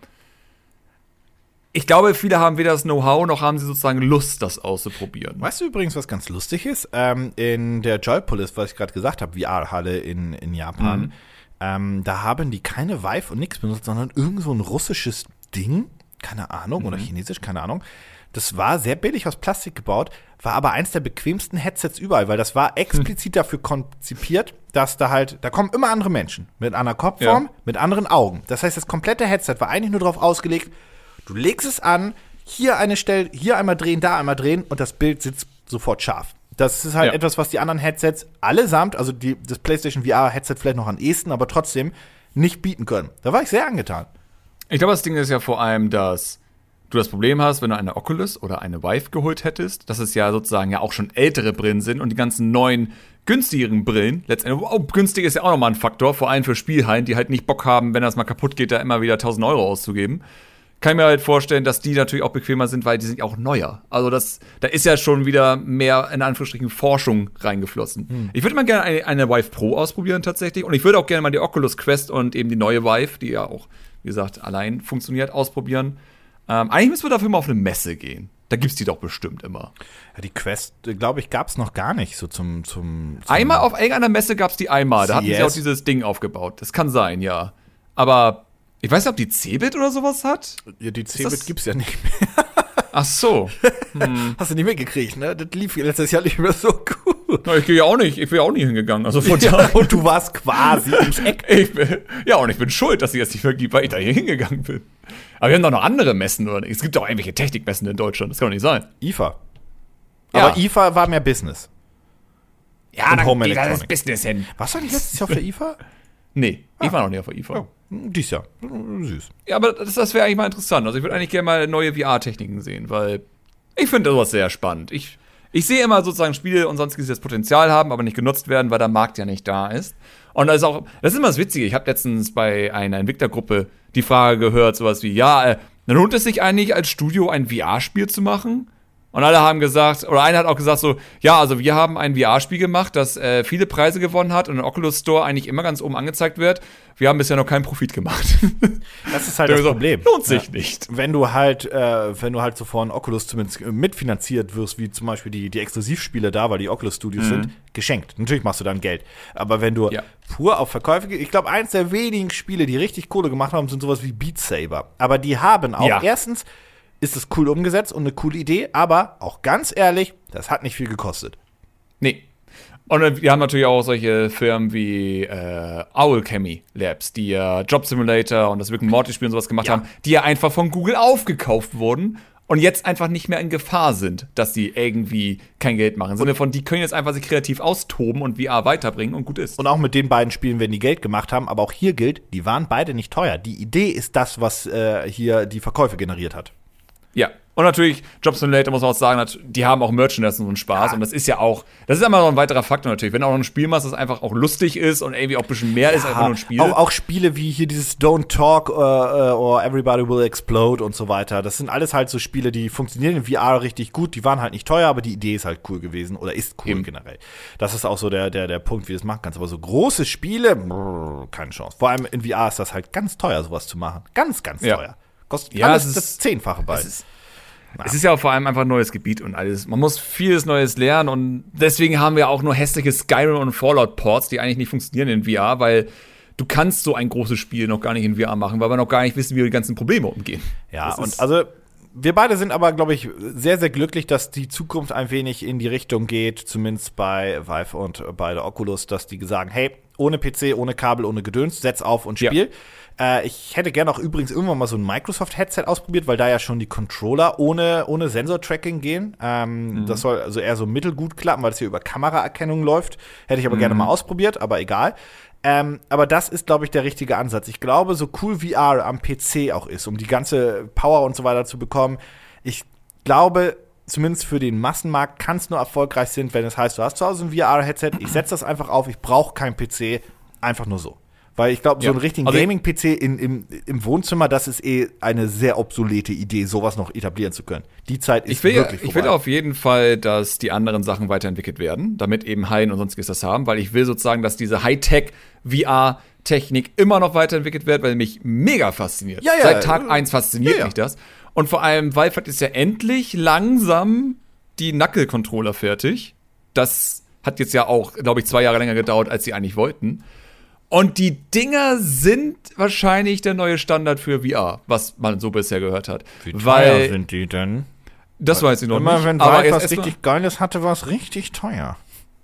ich glaube, viele haben weder das Know-how, noch haben sie sozusagen Lust, das auszuprobieren. Weißt du übrigens, was ganz lustig ist? Ähm, in der Joypolis, was ich gerade gesagt habe, V R-Halle in, in Japan, mhm. ähm, da haben die keine Vive und nichts benutzt, sondern irgend so ein russisches Ding, keine Ahnung, mhm. oder chinesisch, keine Ahnung. Das war sehr billig aus Plastik gebaut, war aber eins der bequemsten Headsets überall, weil das war explizit dafür konzipiert, dass da halt, da kommen immer andere Menschen mit einer Kopfform, ja. mit anderen Augen. Das heißt, das komplette Headset war eigentlich nur darauf ausgelegt, du legst es an, hier eine Stelle, hier einmal drehen, da einmal drehen und das Bild sitzt sofort scharf. Das ist halt ja. etwas, was die anderen Headsets allesamt, also die, das PlayStation V R-Headset vielleicht noch am ehesten, aber trotzdem nicht bieten können. Da war ich sehr angetan. Ich glaube, das Ding ist ja vor allem, dass du das Problem hast, wenn du eine Oculus oder eine Vive geholt hättest, dass es ja sozusagen ja auch schon ältere Brillen sind und die ganzen neuen, günstigeren Brillen, letztendlich, oh, günstig ist ja auch nochmal ein Faktor, vor allem für Spielhallen, die halt nicht Bock haben, wenn das mal kaputt geht, da immer wieder tausend Euro auszugeben. Kann ich mir halt vorstellen, dass die natürlich auch bequemer sind, weil die sind ja auch neuer. Also das, da ist ja schon wieder mehr, in Anführungsstrichen, Forschung reingeflossen. Hm. Ich würde mal gerne eine, eine Vive Pro ausprobieren tatsächlich und ich würde auch gerne mal die Oculus Quest und eben die neue Vive, die ja auch, wie gesagt, allein funktioniert, ausprobieren. Ähm, eigentlich müssen wir dafür mal auf eine Messe gehen. Da gibt's die doch bestimmt immer. Ja, die Quest, glaube ich, gab's noch gar nicht so zum, zum, zum Einmal auf irgendeiner Messe gab's die einmal. Da C E S? hatten sie auch dieses Ding aufgebaut. Das kann sein, ja. Aber ich weiß nicht, ob die Cebit oder sowas hat. Ja, die Cebit gibt's ja nicht mehr. Ach so. Hm. Hast du nicht mitgekriegt, ne? Das lief letztes Jahr nicht mehr so gut. Na, ich gehe ja auch nicht, ich bin ja auch nie hingegangen. Also von ja, daher. und du warst quasi ums Eck. Ich bin, ja, und ich bin schuld, dass sie jetzt nicht mehr gibt, weil ich da hier hingegangen bin. Aber wir haben doch noch andere Messen, oder? Es gibt doch irgendwelche Technikmessen in Deutschland, das kann doch nicht sein. I F A. Ja. Aber I F A war mehr Business. Ja, und dann Home geht das Electronic. Business hin. Warst du nicht letztes Jahr auf der I F A? Nee, Ah. ich war noch nie auf der I F A. Oh, dies Jahr. Süß. Ja, aber das, das wäre eigentlich mal interessant. Also ich würde eigentlich gerne mal neue V R-Techniken sehen, weil ich finde sowas sehr spannend. Ich, ich sehe immer sozusagen Spiele und sonstiges, die das Potenzial haben, aber nicht genutzt werden, weil der Markt ja nicht da ist. Und das ist auch, das ist immer das Witzige. Ich habe letztens bei einer Entwicklergruppe die Frage gehört, sowas wie, ja, äh, lohnt es sich eigentlich als Studio ein V R-Spiel zu machen? Und alle haben gesagt, oder einer hat auch gesagt so, ja, also wir haben ein V R-Spiel gemacht, das äh, viele Preise gewonnen hat und im Oculus Store eigentlich immer ganz oben angezeigt wird. Wir haben bisher noch keinen Profit gemacht. Das ist halt das Problem. Lohnt sich ja. nicht. Wenn du halt, äh, wenn du halt so von Oculus zumindest mitfinanziert wirst, wie zum Beispiel die, die Exklusivspiele da, weil die Oculus Studios mhm. sind, geschenkt. Natürlich machst du dann Geld. Aber wenn du ja. pur auf Verkäufe gehst, ich glaube, eins der wenigen Spiele, die richtig Kohle gemacht haben, sind sowas wie Beat Saber. Aber die haben auch ja. erstens ist es cool umgesetzt und eine coole Idee, aber auch ganz ehrlich, das hat nicht viel gekostet. Nee. Und wir haben natürlich auch solche Firmen wie äh, Owlchemy Labs, die ja Job Simulator und das Rick and Morty Spiel und sowas gemacht ja. haben, die ja einfach von Google aufgekauft wurden und jetzt einfach nicht mehr in Gefahr sind, dass die irgendwie kein Geld machen. Im Sinne von, die können jetzt einfach sich kreativ austoben und V R weiterbringen und gut ist. Und auch mit den beiden Spielen, wenn die Geld gemacht haben, aber auch hier gilt, die waren beide nicht teuer. Die Idee ist das, was äh, hier die Verkäufe generiert hat. Ja, und natürlich, Job Simulator muss man auch sagen, die haben auch Merchandise und so einen Spaß. Ja. Und das ist ja auch, das ist immer noch ein weiterer Faktor natürlich. Wenn du auch ein Spiel machst, das einfach auch lustig ist und irgendwie auch ein bisschen mehr ja, ist als einfach nur ein Spiel. Auch, auch Spiele wie hier dieses Don't Talk oder uh, uh, Everybody Will Explode und so weiter. Das sind alles halt so Spiele, die funktionieren in V R richtig gut. Die waren halt nicht teuer, aber die Idee ist halt cool gewesen oder ist cool Eben. generell. Das ist auch so der, der, der Punkt, wie du es machen kannst. Aber so große Spiele, brr, keine Chance. Vor allem in V R ist das halt ganz teuer, sowas zu machen. Ganz, ganz ja. teuer. Kostet ja, alles es ist, das Zehnfache bei. Ja. Es ist ja auch vor allem einfach ein neues Gebiet und alles. Man muss vieles Neues lernen und deswegen haben wir auch nur hässliche Skyrim und Fallout-Ports, die eigentlich nicht funktionieren in V R, weil du kannst so ein großes Spiel noch gar nicht in V R machen, weil wir noch gar nicht wissen, wie wir die ganzen Probleme umgehen. Ja, das und also wir beide sind aber, glaube ich, sehr, sehr glücklich, dass die Zukunft ein wenig in die Richtung geht, zumindest bei Vive und bei der Oculus, dass die sagen, hey, ohne P C, ohne Kabel, ohne Gedöns, setz auf und spiel. Ja. Äh, ich hätte gerne auch übrigens irgendwann mal so ein Microsoft-Headset ausprobiert, weil da ja schon die Controller ohne, ohne Sensor-Tracking gehen. Ähm, mhm. Das soll also eher so mittelgut klappen, weil es hier über Kameraerkennung läuft. Hätte ich aber mhm. gerne mal ausprobiert, aber egal. Ähm, aber das ist, glaube ich, der richtige Ansatz. Ich glaube, so cool V R am P C auch ist, um die ganze Power und so weiter zu bekommen, ich glaube, zumindest für den Massenmarkt kann es nur erfolgreich sein, wenn es heißt, du hast zu Hause ein V R-Headset, ich setze das einfach auf, ich brauche keinen P C, einfach nur so. Weil ich glaube, so ja. einen richtigen also Gaming-P C in, im, im Wohnzimmer, das ist eh eine sehr obsolete Idee, sowas noch etablieren zu können. Die Zeit ist ich will, wirklich Ich vorbei. will auf jeden Fall, dass die anderen Sachen weiterentwickelt werden, damit eben Haien und sonstiges das haben, weil ich will sozusagen, dass diese Hightech-V R-Technik immer noch weiterentwickelt wird, weil mich mega fasziniert. Ja, ja, Seit Tag eins fasziniert ja, ja. mich das. Und vor allem, Valve hat jetzt ja endlich langsam die Knuckle-Controller fertig. Das hat jetzt ja auch, glaube ich, zwei Jahre länger gedauert, als sie eigentlich wollten. Und die Dinger sind wahrscheinlich der neue Standard für V R, was man so bisher gehört hat. Wie teuer Weil, sind die denn? Das weiß ich noch Immer nicht. wenn aber Valve was jetzt richtig Geiles hatte, war es richtig teuer.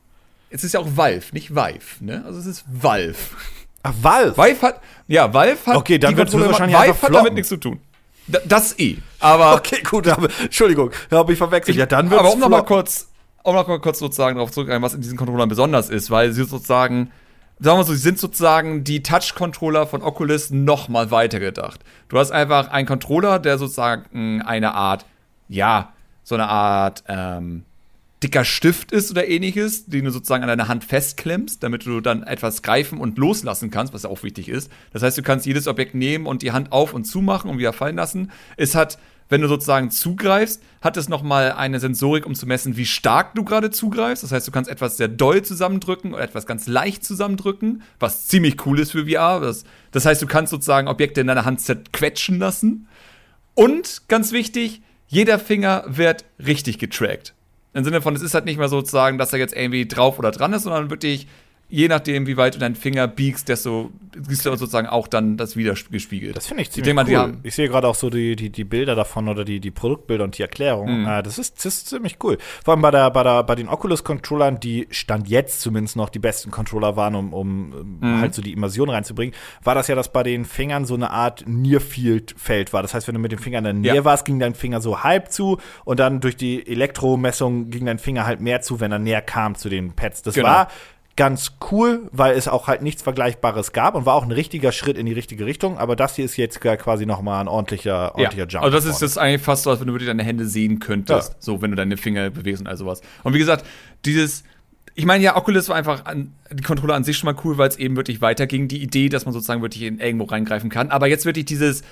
Es ist ja auch Valve, nicht Vive, ne? Also es ist Valve. Ach, Valve? Valve hat, ja, Valve hat Okay, dann die wird's Controller- wahrscheinlich Valve einfach hat floppen. damit nichts zu tun. Da- Das eh. Aber, Okay, gut, aber, Entschuldigung, habe ich verwechselt. ich, ja, dann wird's aber um nochmal floppen. kurz, um noch mal kurz sozusagen darauf zurückzukommen, was in diesen Controllern besonders ist, weil sie sozusagen, sagen wir so, sie sind sozusagen die Touch-Controller von Oculus noch mal weitergedacht. Du hast einfach einen Controller, der sozusagen eine Art, ja, so eine Art, ähm, dicker Stift ist oder ähnliches, den du sozusagen an deiner Hand festklemmst, damit du dann etwas greifen und loslassen kannst, was ja auch wichtig ist. Das heißt, du kannst jedes Objekt nehmen und die Hand auf und zumachen und wieder fallen lassen. Es hat, wenn du sozusagen zugreifst, hat es nochmal eine Sensorik, um zu messen, wie stark du gerade zugreifst. Das heißt, du kannst etwas sehr doll zusammendrücken oder etwas ganz leicht zusammendrücken, was ziemlich cool ist für V R. Das, das heißt, du kannst sozusagen Objekte in deiner Hand zerquetschen lassen. Und, ganz wichtig, jeder Finger wird richtig getrackt. Im Sinne von, es ist halt nicht mehr sozusagen, dass er jetzt irgendwie drauf oder dran ist, sondern wirklich, je nachdem, wie weit du deinen Finger biegst, desto siehst du sozusagen auch dann das widergespiegelt. Das finde ich ziemlich ich denke mal, cool. haben, Ich sehe gerade auch so die, die, die Bilder davon oder die, die Produktbilder und die Erklärung. Mhm. Äh, das, ist, das ist ziemlich cool. Vor allem bei, der, bei, der, bei den Oculus-Controllern, die Stand jetzt zumindest noch die besten Controller waren, um, um Mhm. halt so die Immersion reinzubringen, war das ja, dass bei den Fingern so eine Art Near-Field-Feld war. Das heißt, wenn du mit dem Finger in der Nähe Ja. warst, ging dein Finger so halb zu und dann durch die Elektromessung ging dein Finger halt mehr zu, wenn er näher kam zu den Pads. Das Genau. war ganz cool, weil es auch halt nichts Vergleichbares gab und war auch ein richtiger Schritt in die richtige Richtung, aber das hier ist jetzt quasi noch mal ein ordentlicher, ordentlicher ja. Jump. Also das nach ist vorne. jetzt eigentlich fast so, als wenn du wirklich deine Hände sehen könntest, Ja. so wenn du deine Finger bewegst und all sowas. Und wie gesagt, dieses, ich meine ja, Oculus war einfach an, die Controller an sich schon mal cool, weil es eben wirklich weiterging, die Idee, dass man sozusagen wirklich in irgendwo reingreifen kann, aber jetzt wirklich dieses,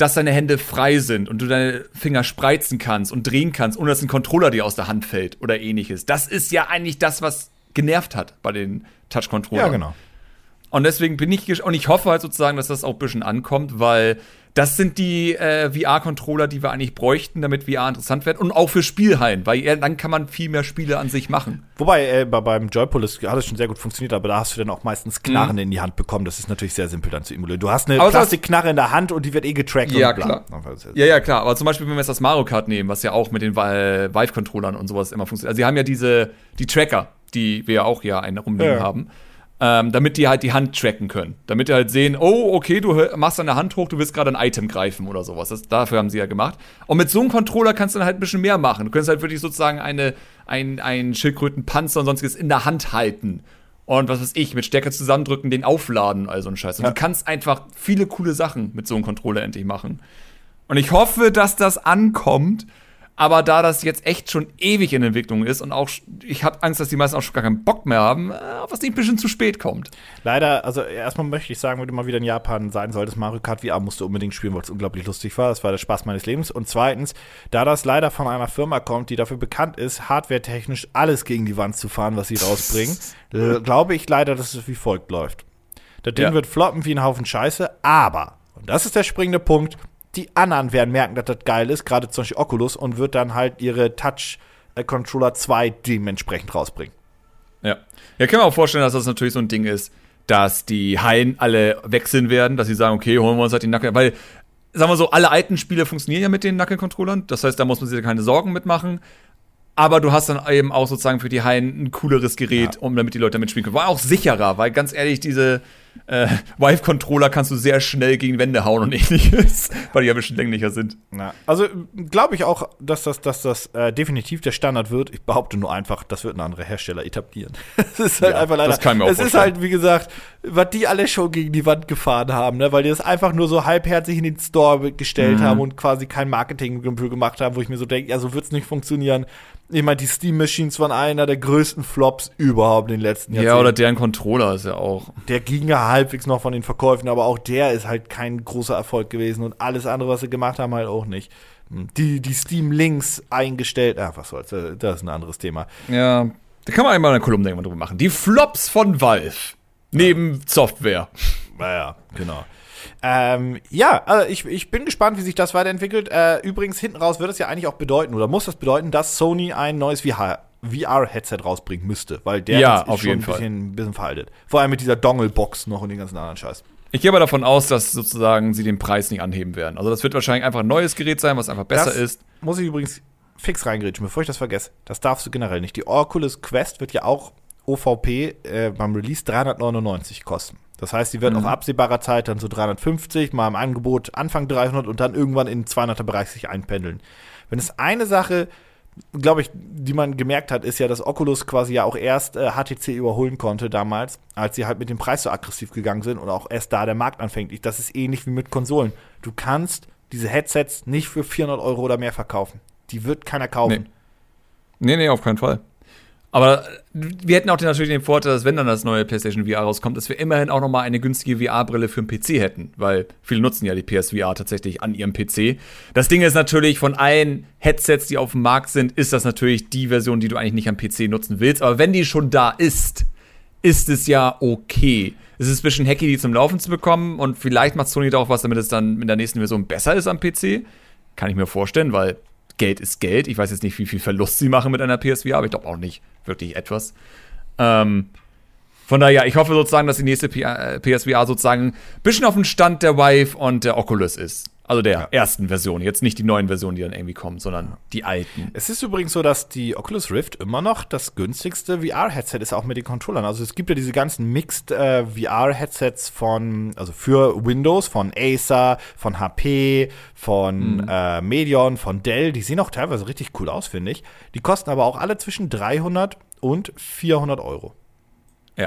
dass deine Hände frei sind und du deine Finger spreizen kannst und drehen kannst, ohne dass ein Controller dir aus der Hand fällt oder ähnliches. Das ist ja eigentlich das, was genervt hat bei den Touch-Controllern. Ja, genau. Und deswegen bin ich, gesch- und ich hoffe halt sozusagen, dass das auch ein bisschen ankommt, weil das sind die äh, V R-Controller, die wir eigentlich bräuchten, damit V R interessant wird. Und auch für Spielhallen, weil eher, dann kann man viel mehr Spiele an sich machen. Wobei, äh, bei, beim Joypol ist, hat es schon sehr gut funktioniert, aber da hast du dann auch meistens Knarren mhm. in die Hand bekommen. Das ist natürlich sehr simpel dann zu emulieren. Du hast eine aber Plastikknarre in der Hand und die wird eh getrackt. Ja, und klar. Ja, ja, klar. Aber zum Beispiel, wenn wir jetzt das Mario Kart nehmen, was ja auch mit den äh, Vive-Controllern und sowas immer funktioniert. Also sie haben ja diese, die Tracker, die wir ja auch hier einen rumliegen ja. haben. Ähm, damit die halt die Hand tracken können. Damit die halt sehen, oh, okay, du machst deine Hand hoch, du willst gerade ein Item greifen oder sowas. Das, dafür haben sie ja gemacht. Und mit so einem Controller kannst du dann halt ein bisschen mehr machen. Du kannst halt wirklich sozusagen eine, ein, ein Schildkrötenpanzer und sonstiges in der Hand halten. Und was weiß ich, mit Stärke zusammendrücken, den aufladen, also ein Scheiß. Und ja. du kannst einfach viele coole Sachen mit so einem Controller endlich machen. Und ich hoffe, dass das ankommt. Aber da das jetzt echt schon ewig in Entwicklung ist und auch, ich habe Angst, dass die meisten auch schon gar keinen Bock mehr haben, was nicht ein bisschen zu spät kommt. Leider, also erstmal möchte ich sagen, wenn du mal wieder in Japan sein solltest, Mario Kart V R musst du unbedingt spielen, weil es unglaublich lustig war. Das war der Spaß meines Lebens. Und zweitens, da das leider von einer Firma kommt, die dafür bekannt ist, hardwaretechnisch alles gegen die Wand zu fahren, was sie rausbringen, äh, glaube ich leider, dass es wie folgt läuft. Das Ding ja. wird floppen wie ein Haufen Scheiße, aber, und das ist der springende Punkt, die anderen werden merken, dass das geil ist, gerade zum Beispiel Oculus, und wird dann halt ihre Touch-Controller zwei dementsprechend rausbringen. Ja. Ja, kann man auch vorstellen, dass das natürlich so ein Ding ist, dass die Hallen alle wechseln werden, dass sie sagen, okay, holen wir uns halt die Nacke, weil, sagen wir so, alle alten Spiele funktionieren ja mit den Nacke-Controllern, das heißt, da muss man sich keine Sorgen mitmachen. Aber du hast dann eben auch sozusagen für die Hallen ein cooleres Gerät, ja. um damit die Leute damit spielen können. War auch sicherer, weil ganz ehrlich, diese äh, Vive-Controller kannst du sehr schnell gegen Wände hauen und ähnliches, weil die ja ein bisschen länglicher sind. Ja. Also glaube ich auch, dass das, dass das äh, definitiv der Standard wird. Ich behaupte nur einfach, das wird ein anderer Hersteller etablieren. Es ist halt ja, einfach leider. Das kann mir auch es ist halt, wie gesagt, was die alle schon gegen die Wand gefahren haben, ne? Weil die das einfach nur so halbherzig in den Store gestellt mhm. haben und quasi kein Marketing dafür gemacht haben, wo ich mir so denke, ja, so wird's nicht funktionieren. Ich meine, die Steam Machines waren einer der größten Flops überhaupt in den letzten Jahren. Ja, oder deren Controller ist ja auch. Der ging ja halbwegs noch von den Verkäufen, aber auch der ist halt kein großer Erfolg gewesen und alles andere, was sie gemacht haben, halt auch nicht. Die, die Steam Links eingestellt, ach, was soll's, das ist ein anderes Thema. Ja, da kann man einmal eine Kolumne irgendwann drüber machen. Die Flops von Valve. Neben ja. Software. Naja, genau. Ähm, ja, also ich, ich bin gespannt, wie sich das weiterentwickelt. Äh, übrigens, hinten raus wird es ja eigentlich auch bedeuten, oder muss das bedeuten, dass Sony ein neues V R-Headset rausbringen müsste, weil der ja, ist auf schon jeden ein bisschen, Fall. ein bisschen veraltet. Vor allem mit dieser Dongle-Box noch und den ganzen anderen Scheiß. Ich gehe aber davon aus, dass sozusagen sie den Preis nicht anheben werden. Also das wird wahrscheinlich einfach ein neues Gerät sein, was einfach besser das ist. Muss ich übrigens fix reingrätschen, bevor ich das vergesse. Das darfst du generell nicht. Die Oculus Quest wird ja auch O V P äh, beim Release dreihundertneunundneunzig kosten. Das heißt, die wird mhm. auf absehbarer Zeit dann so dreihundertfünfzig, mal im Angebot Anfang dreihundert und dann irgendwann in den zweihunderter Bereich sich einpendeln. Wenn es eine Sache, glaube ich, die man gemerkt hat, ist ja, dass Oculus quasi ja auch erst äh, H T C überholen konnte damals, als sie halt mit dem Preis so aggressiv gegangen sind und auch erst da der Markt anfängt. Das ist ähnlich wie mit Konsolen. Du kannst diese Headsets nicht für vierhundert Euro oder mehr verkaufen. Die wird keiner kaufen. Nee, nee, nee, auf keinen Fall. Aber wir hätten auch den, natürlich den Vorteil, dass wenn dann das neue PlayStation V R rauskommt, dass wir immerhin auch noch mal eine günstige V R-Brille für den P C hätten, weil viele nutzen ja die P S V R tatsächlich an ihrem P C. Das Ding ist natürlich, von allen Headsets, die auf dem Markt sind, ist das natürlich die Version, die du eigentlich nicht am P C nutzen willst. Aber wenn die schon da ist, ist es ja okay. Es ist ein bisschen hacky, die zum Laufen zu bekommen und vielleicht macht Sony da auch was, damit es dann in der nächsten Version besser ist am P C. Kann ich mir vorstellen, weil Geld ist Geld. Ich weiß jetzt nicht, wie viel Verlust sie machen mit einer P S V R, aber ich glaube auch nicht wirklich etwas. Ähm, von daher, ich hoffe sozusagen, dass die nächste P- äh, P S V R sozusagen ein bisschen auf dem Stand der Vive und der Oculus ist. Also der ja. ersten Version. Jetzt nicht die neuen Versionen, die dann irgendwie kommen, sondern die alten. Es ist übrigens so, dass die Oculus Rift immer noch das günstigste V R-Headset ist, auch mit den Controllern. Also es gibt ja diese ganzen Mixed äh, V R-Headsets von, also für Windows, von Acer, von H P, von mhm. äh, Medion, von Dell. Die sehen auch teilweise richtig cool aus, finde ich. Die kosten aber auch alle zwischen dreihundert und vierhundert Euro. Ja.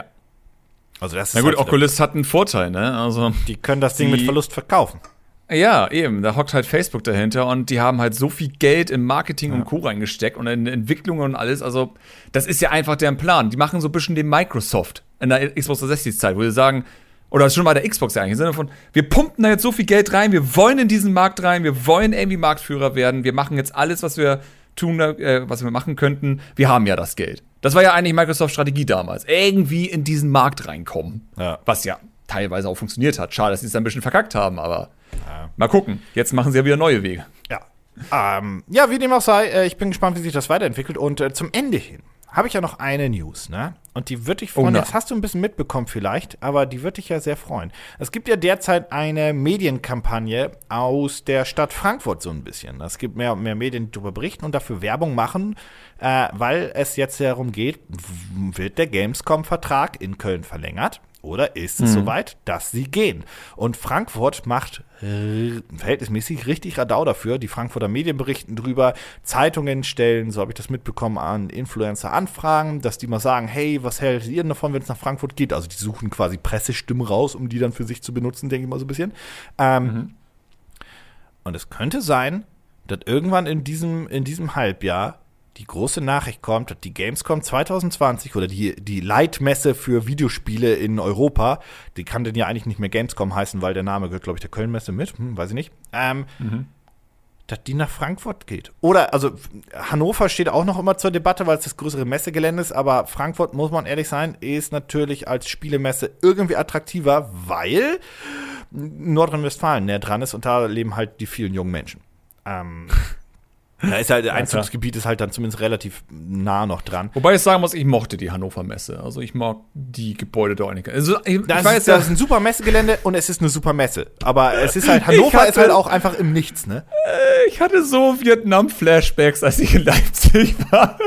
Also das ist Na gut, halt Oculus hat einen Vorteil, ne? Also die können das Ding mit Verlust verkaufen. Ja, eben, da hockt halt Facebook dahinter und die haben halt so viel Geld in Marketing ja. und Co. reingesteckt und in Entwicklungen und alles, also das ist ja einfach deren Plan. Die machen so ein bisschen den Microsoft in der Xbox dreihundertsechzig-Zeit, wo sie sagen, oder schon bei der Xbox ja eigentlich, im Sinne von, wir pumpen da jetzt so viel Geld rein, wir wollen in diesen Markt rein, wir wollen irgendwie Marktführer werden, wir machen jetzt alles, was wir tun, äh, was wir machen könnten, wir haben ja das Geld. Das war ja eigentlich Microsofts Strategie damals, irgendwie in diesen Markt reinkommen, ja. was ja teilweise auch funktioniert hat. Schade, dass sie es ein bisschen verkackt haben, aber ja. mal gucken, jetzt machen sie ja wieder neue Wege. Ja, ähm, ja wie dem auch sei, äh, ich bin gespannt, wie sich das weiterentwickelt und äh, zum Ende hin habe ich ja noch eine News, ne? Und die würde dich freuen, Oh, das hast du ein bisschen mitbekommen vielleicht, aber die würde dich ja sehr freuen. Es gibt ja derzeit eine Medienkampagne aus der Stadt Frankfurt so ein bisschen. Es gibt mehr und mehr Medien, die darüber berichten und dafür Werbung machen, äh, weil es jetzt darum geht, w- wird der Gamescom-Vertrag in Köln verlängert? Oder ist es mhm. soweit, dass sie gehen? Und Frankfurt macht äh, verhältnismäßig richtig Radau dafür. Die Frankfurter Medien berichten drüber. Zeitungen stellen, so habe ich das mitbekommen, an Influencer Anfragen, dass die mal sagen, hey, was hält ihr denn davon, wenn es nach Frankfurt geht? Also die suchen quasi Pressestimmen raus, um die dann für sich zu benutzen, denke ich mal so ein bisschen. Ähm, mhm. Und es könnte sein, dass irgendwann in diesem, in diesem Halbjahr die große Nachricht kommt, dass die Gamescom zwanzig zwanzig oder die, die Leitmesse für Videospiele in Europa, die kann denn ja eigentlich nicht mehr Gamescom heißen, weil der Name gehört, glaube ich, der Kölnmesse mit, hm, weiß ich nicht, ähm, mhm. dass die nach Frankfurt geht. Oder, also Hannover steht auch noch immer zur Debatte, weil es das größere Messegelände ist, aber Frankfurt, muss man ehrlich sein, ist natürlich als Spielemesse irgendwie attraktiver, weil Nordrhein-Westfalen näher dran ist und da leben halt die vielen jungen Menschen. Ähm, Da ist halt, der Einzugsgebiet ist halt dann zumindest relativ nah noch dran. Wobei ich sagen muss, ich mochte die Hannover Messe. Also ich mag die Gebäude da auch nicht. Also ich, das, ich weiß, ist, das ist ein super Messegelände und es ist eine super Messe. Aber es ist halt, Hannover hatte, ist halt auch einfach im Nichts, ne? Ich hatte so Vietnam-Flashbacks, als ich in Leipzig war.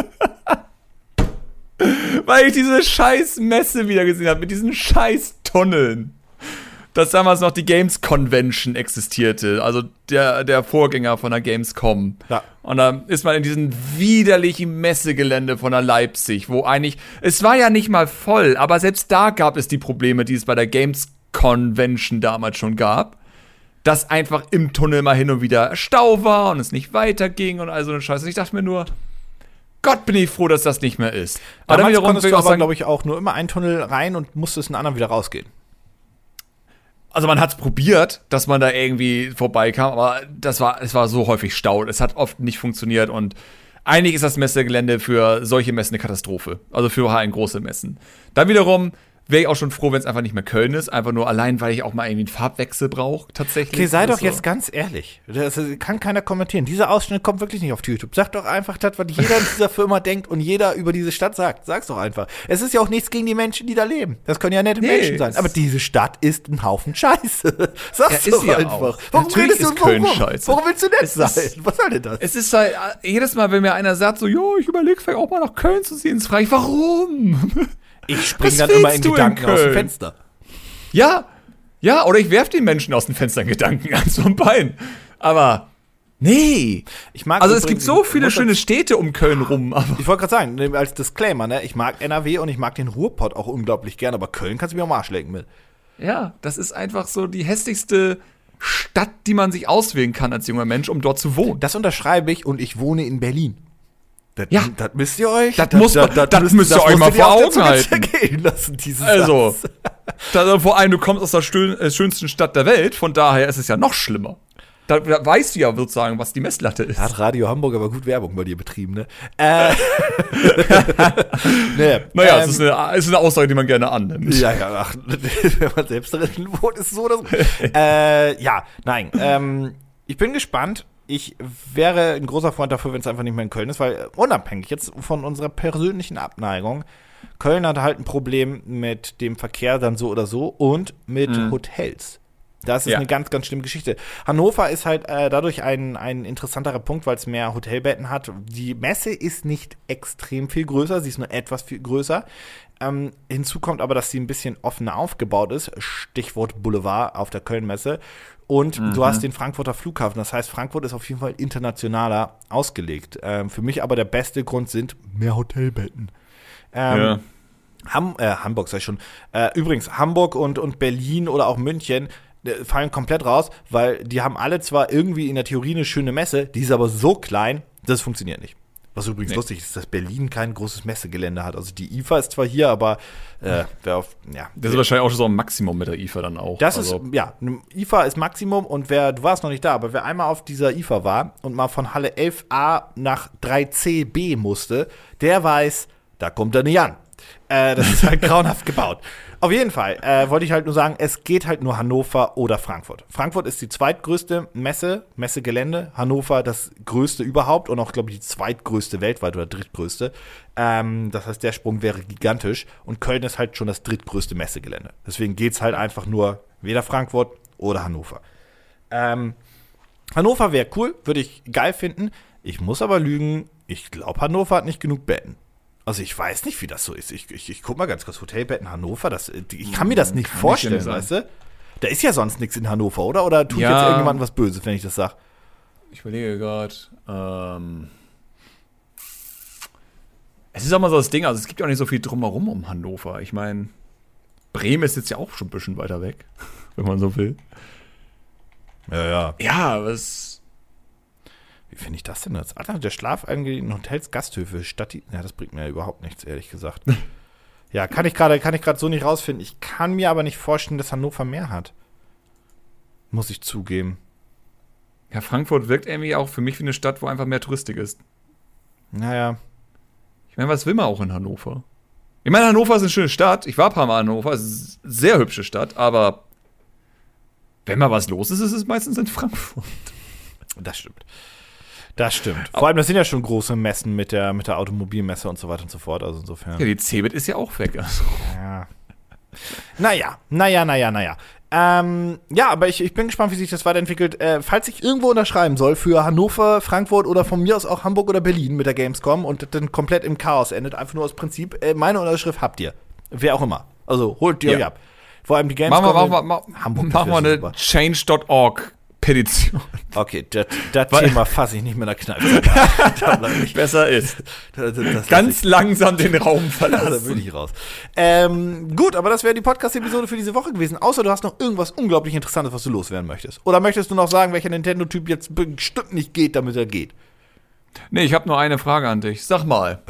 Weil ich diese scheiß Messe wieder gesehen habe, mit diesen scheiß Tunneln. Dass damals noch die Games Convention existierte, also der, der Vorgänger von der Gamescom. Ja. Und dann ist man in diesem widerlichen Messegelände von der Leipzig, wo eigentlich, es war ja nicht mal voll, aber selbst da gab es die Probleme, die es bei der Games Convention damals schon gab, dass einfach im Tunnel mal hin und wieder Stau war und es nicht weiterging und all so eine Scheiße. Und ich dachte mir nur, Gott, bin ich froh, dass das nicht mehr ist. Aber dann wiederum konntest du aber, glaube ich, auch nur immer einen Tunnel rein und musstest einen anderen wieder rausgehen. Also man hat es probiert, dass man da irgendwie vorbeikam, aber das war, es war so häufig Stau. Es hat oft nicht funktioniert und eigentlich ist das Messegelände für solche Messen eine Katastrophe. Also für halt große Messen. Dann wiederum wäre ich auch schon froh, wenn es einfach nicht mehr Köln ist. Einfach nur allein, weil ich auch mal irgendwie einen Farbwechsel brauche, tatsächlich. Okay, sei doch so. jetzt ganz ehrlich. Das kann keiner kommentieren. Dieser Ausschnitt kommt wirklich nicht auf YouTube. Sag doch einfach das, was jeder in dieser Firma denkt und jeder über diese Stadt sagt. Sag's doch einfach. Es ist ja auch nichts gegen die Menschen, die da leben. Das können ja nette nee, Menschen sein. Aber diese Stadt ist ein Haufen Scheiße. Sag's ja, doch ja einfach. Auch. Warum Natürlich redest du ist Köln warum? Scheiße. Warum willst du nett es sein? Ist, was soll denn das? Es ist halt, jedes Mal, wenn mir einer sagt, so, jo, ich überlege vielleicht auch mal nach Köln zu ziehen, frage ich, warum? Ich spring dann immer in Gedanken in aus dem Fenster. Ja, ja, oder ich werf den Menschen aus dem Fenster in Gedanken an so ein Bein. Aber nee. Ich mag also es gibt so viele schöne Städte um Köln rum. Aber ich wollte gerade sagen, als Disclaimer, ne, ich mag N R W und ich mag den Ruhrpott auch unglaublich gern, aber Köln kannst du mir am Arsch lecken mit. Ja, das ist einfach so die hässlichste Stadt, die man sich auswählen kann als junger Mensch, um dort zu wohnen. Das unterschreibe ich und ich wohne in Berlin. Das, ja, das müsst ihr euch. Das, das, muss, das, das, das müsst, müsst ihr euch mal vor Augen halten. Lassen, also, da, vor allem, du kommst aus der stö- äh, schönsten Stadt der Welt, von daher ist es ja noch schlimmer. Da, da weißt du ja sozusagen, was die Messlatte ist. Da hat Radio Hamburg aber gut Werbung bei dir betrieben, ne? Äh. nee, naja, ähm, es ist eine, es ist eine Aussage, die man gerne annimmt. Ja, ja, ach, wenn man selbst darin wohnt, ist es so oder so. äh, ja, nein, ähm, ich bin gespannt. Ich wäre ein großer Freund dafür, wenn es einfach nicht mehr in Köln ist, weil unabhängig jetzt von unserer persönlichen Abneigung, Köln hat halt ein Problem mit dem Verkehr dann so oder so und mit mhm. Hotels. Das ist ja. eine ganz, ganz schlimme Geschichte. Hannover ist halt äh, dadurch ein, ein interessanterer Punkt, weil es mehr Hotelbetten hat. Die Messe ist nicht extrem viel größer, sie ist nur etwas viel größer. Ähm, hinzu kommt aber, dass sie ein bisschen offener aufgebaut ist. Stichwort Boulevard auf der Köln-Messe. Und mhm. du hast den Frankfurter Flughafen. Das heißt, Frankfurt ist auf jeden Fall internationaler ausgelegt. Ähm, für mich aber der beste Grund sind mehr Hotelbetten. Ähm, ja. Ham- äh, Hamburg sag ich schon. Äh, übrigens, Hamburg und, und Berlin oder auch München äh, fallen komplett raus, weil die haben alle zwar irgendwie in der Theorie eine schöne Messe, die ist aber so klein, das funktioniert nicht. Was übrigens Nee. lustig ist, dass Berlin kein großes Messegelände hat. Also die I F A ist zwar hier, aber äh, wer auf, ja. Das ist wahrscheinlich auch schon so ein Maximum mit der I F A dann auch. Das also. ist, ja, I F A ist Maximum und wer, du warst noch nicht da, aber wer einmal auf dieser I F A war und mal von Halle elf a nach drei C B musste, der weiß, da kommt er nicht an. Äh, das ist halt grauenhaft gebaut. Auf jeden Fall äh, wollte ich halt nur sagen, es geht halt nur Hannover oder Frankfurt. Frankfurt ist die zweitgrößte Messe, Messegelände. Hannover das größte überhaupt und auch, glaube ich, die zweitgrößte weltweit oder drittgrößte. Ähm, das heißt, der Sprung wäre gigantisch. Und Köln ist halt schon das drittgrößte Messegelände. Deswegen geht es halt einfach nur weder Frankfurt oder Hannover. Ähm, Hannover wäre cool, würde ich geil finden. Ich muss aber lügen, ich glaube, Hannover hat nicht genug Betten. Also ich weiß nicht, wie das so ist. Ich, ich, ich guck mal ganz kurz. Hotelbetten Hannover, das, ich kann mir das nicht kann vorstellen, nicht weißt du? Da ist ja sonst nichts in Hannover, oder? Oder tut Ja. jetzt irgendjemandem was Böses, wenn ich das sage? Ich überlege gerade. Ähm, es ist auch mal so das Ding, also es gibt ja auch nicht so viel drumherum um Hannover. Ich meine, Bremen ist jetzt ja auch schon ein bisschen weiter weg, wenn man so will. Ja, ja. Ja, was. Wie finde ich das denn jetzt? Alter, der Schlaf eigentlich in Hotels, Gasthöfe, Stadt. Ja, das bringt mir ja überhaupt nichts, ehrlich gesagt. Ja, kann ich gerade kann ich gerade so nicht rausfinden. Ich kann mir aber nicht vorstellen, dass Hannover mehr hat. Muss ich zugeben. Ja, Frankfurt wirkt irgendwie auch für mich wie eine Stadt, wo einfach mehr Touristik ist. Naja. Ich meine, was will man auch in Hannover? Ich meine, Hannover ist eine schöne Stadt. Ich war ein paar Mal in Hannover. Es ist eine sehr hübsche Stadt, aber wenn mal was los ist, ist es meistens in Frankfurt. Das stimmt. Das stimmt. Vor allem, das sind ja schon große Messen mit der, mit der Automobilmesse und so weiter und so fort. Also insofern. Ja, die Cebit ist ja auch weg. Also. Ja. Naja, naja, naja, naja. Ähm, ja, aber ich, ich bin gespannt, wie sich das weiterentwickelt. Äh, falls ich irgendwo unterschreiben soll für Hannover, Frankfurt oder von mir aus auch Hamburg oder Berlin mit der Gamescom und das dann komplett im Chaos endet, einfach nur aus Prinzip, äh, meine Unterschrift habt ihr. Wer auch immer. Also holt die Ja. euch ab. Vor allem die Gamescom. Machen wir, machen wir, Hamburg, das machen wir wär eine super. change Punkt org Petition. Okay, das, das Weil- Thema fasse ich nicht mehr in der Kneipe. Da bleib ich- Besser ist. das, das, das Ganz langsam den Raum Ja, verlassen. da will ich raus. Ähm, gut, aber das wäre die Podcast-Episode für diese Woche gewesen. Außer du hast noch irgendwas unglaublich Interessantes, was du loswerden möchtest. Oder möchtest du noch sagen, welcher Nintendo-Typ jetzt bestimmt nicht geht, damit er geht? Nee, ich habe nur eine Frage an dich. Sag mal.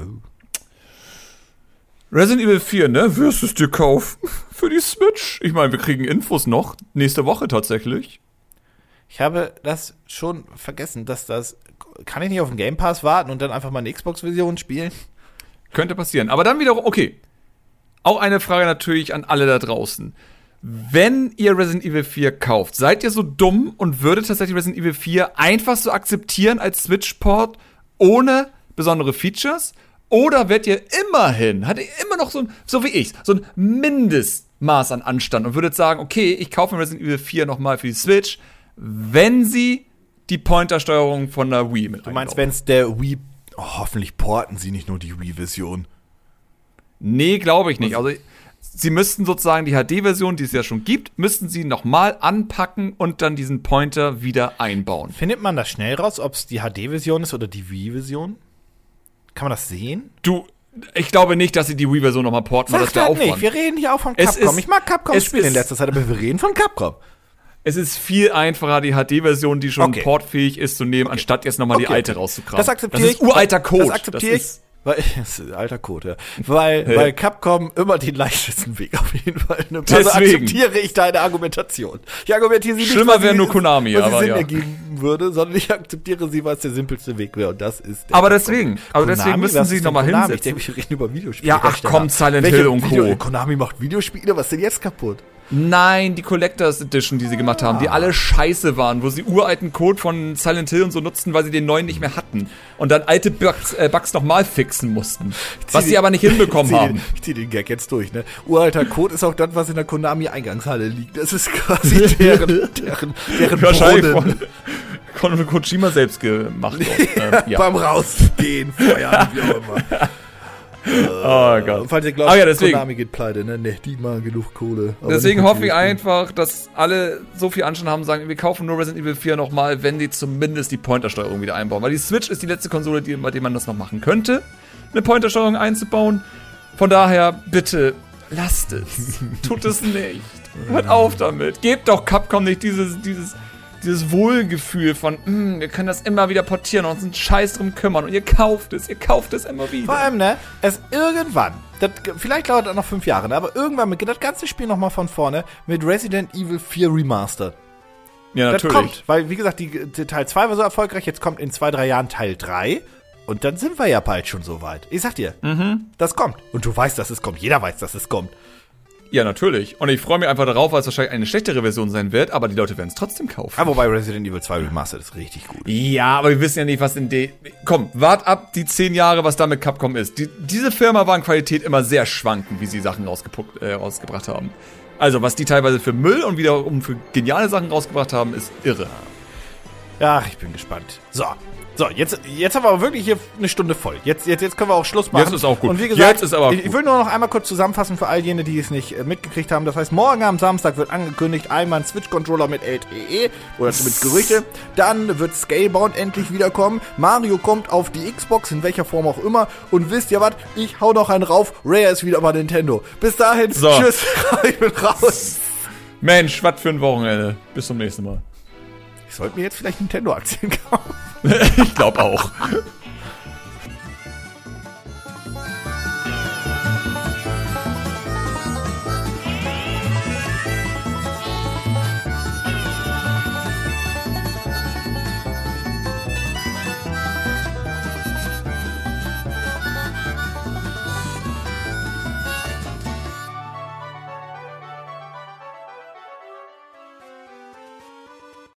Resident Evil vier, ne? Wirst du es dir kaufen? Für die Switch? Ich meine, wir kriegen Infos noch. Nächste Woche tatsächlich. Ich habe das schon vergessen, dass das. Kann ich nicht auf den Game Pass warten und dann einfach mal eine Xbox-Version spielen? Könnte passieren. Aber dann wiederum, okay. Auch eine Frage natürlich an alle da draußen. Wenn ihr Resident Evil vier kauft, seid ihr so dumm und würdet tatsächlich Resident Evil vier einfach so akzeptieren als Switch-Port ohne besondere Features? Oder werdet ihr immerhin, hattet ihr immer noch so ein, so wie ich, so ein Mindestmaß an Anstand und würdet sagen, okay, ich kaufe mir Resident Evil vier nochmal für die Switch, wenn sie die Pointersteuerung von der Wii mit Du meinst, einbauen. wenn es der Wii. Oh, hoffentlich porten sie nicht nur die Wii-Version. Nee, glaube ich nicht. Also, sie müssten sozusagen die H D-Version, die es ja schon gibt, müssten sie nochmal anpacken und dann diesen Pointer wieder einbauen. Findet man das schnell raus, ob es die H D-Version ist oder die Wii-Version? Kann man das sehen? Du, ich glaube nicht, dass sie die Wii-Version nochmal porten, weil das Sag der das Aufwand. nicht, wir reden hier auch von Es Capcom. ist- ich mag Capcom es spielen in ist- letzter Zeit, aber wir reden von Capcom. Es ist viel einfacher, die H D-Version, die schon Okay. portfähig ist, zu nehmen, anstatt jetzt nochmal die Okay, alte okay. rauszukramen. Das akzeptiere Das ich. ist uralter Code. Das akzeptiere ich. ist- Weil, das ist alter Code, ja. Weil, weil Capcom immer den leichtesten Weg auf jeden Fall nimmt. Also Deswegen. akzeptiere ich deine Argumentation. Ich argumentiere sie nicht, Schlimmer weil sie- wäre nur Konami, weil sie aber Sinn ja. ergeben würde, sondern ich akzeptiere sie, weil es der simpelste Weg wäre. Und das ist der Aber Capcom. deswegen, aber deswegen müssen was sie ist noch denn mal Konami? hinsetzen. Ich denke, wir reden über Videospiele. Ja, ach komm, Silent Hill und Co. Konami macht Videospiele, was ist denn jetzt kaputt? Nein, die Collectors Edition, die sie gemacht haben, die alle scheiße waren, wo sie uralten Code von Silent Hill und so nutzten, weil sie den neuen nicht mehr hatten. Und dann alte Bugs, äh, Bugs nochmal fixen mussten. Was die- sie aber nicht hinbekommen Ich zieh haben. Den, ich zieh den Gag jetzt durch, ne? Uralter Code ist auch das, was in der Konami-Eingangshalle liegt. Das ist quasi deren, deren, deren Wahrscheinlich Brunnen. von, von Kojima selbst gemacht. ähm, ja. Beim Rausgehen, feuern, wie auch immer. Oh Gott. Und falls ihr glaubt, Ah ja, deswegen. Konami geht pleite, ne? Ne, die machen genug Kohle. Aber Deswegen nicht hoffe ich mit Videospielen. einfach, dass alle so viel Anstand haben, sagen, wir kaufen nur Resident Evil vier nochmal, wenn die zumindest die Pointersteuerung wieder einbauen. Weil die Switch ist die letzte Konsole, die, bei der man das noch machen könnte, eine Pointersteuerung einzubauen. Von daher, bitte, lasst es. Tut es nicht. Hört auf damit. Gebt doch Capcom nicht dieses, dieses, dieses Wohlgefühl von, mh, wir können das immer wieder portieren und uns einen Scheiß drum kümmern und ihr kauft es, ihr kauft es immer wieder. Vor allem, ne, es irgendwann, das, vielleicht dauert das noch fünf Jahre, ne, aber irgendwann mit das ganze Spiel nochmal von vorne mit Resident Evil vier Remastered. Ja, das natürlich. kommt, weil, wie gesagt, die, die Teil zwei war so erfolgreich, jetzt kommt in zwei, drei Jahren Teil drei und dann sind wir ja bald schon so weit. Ich sag dir, mhm. das kommt. Und du weißt, dass es kommt. Jeder weiß, dass es kommt. Ja, natürlich. Und ich freue mich einfach darauf, weil es wahrscheinlich eine schlechtere Version sein wird, aber die Leute werden es trotzdem kaufen. Ja, wobei Resident Evil zwei Remastered ist richtig gut. Ja, aber wir wissen ja nicht, was in de... Komm, wart ab die zehn Jahre, was da mit Capcom ist. Die, diese Firma war in Qualität immer sehr schwankend, wie sie Sachen rausgepuckt, äh, rausgebracht haben. Also, was die teilweise für Müll und wiederum für geniale Sachen rausgebracht haben, ist irre. Ja, ich bin gespannt. So. So, jetzt, jetzt haben wir aber wirklich hier eine Stunde voll. Jetzt, jetzt, jetzt können wir auch Schluss machen. Jetzt ist auch gut. Und wie gesagt, jetzt ist aber ich, ich will nur noch einmal kurz zusammenfassen für all jene, die es nicht äh, mitgekriegt haben. Das heißt, morgen am Samstag wird angekündigt, einmal ein Switch-Controller mit L T E, oder zumindest Gerüchte. Dann wird Scalebound endlich wiederkommen. Mario kommt auf die Xbox, in welcher Form auch immer. Und wisst ihr was? Ich hau noch einen rauf. Rare ist wieder bei Nintendo. Bis dahin, so. Tschüss, ich bin raus. Mensch, was für ein Wochenende. Bis zum nächsten Mal. Ich sollte mir jetzt vielleicht Nintendo-Aktien kaufen. Ich glaube auch.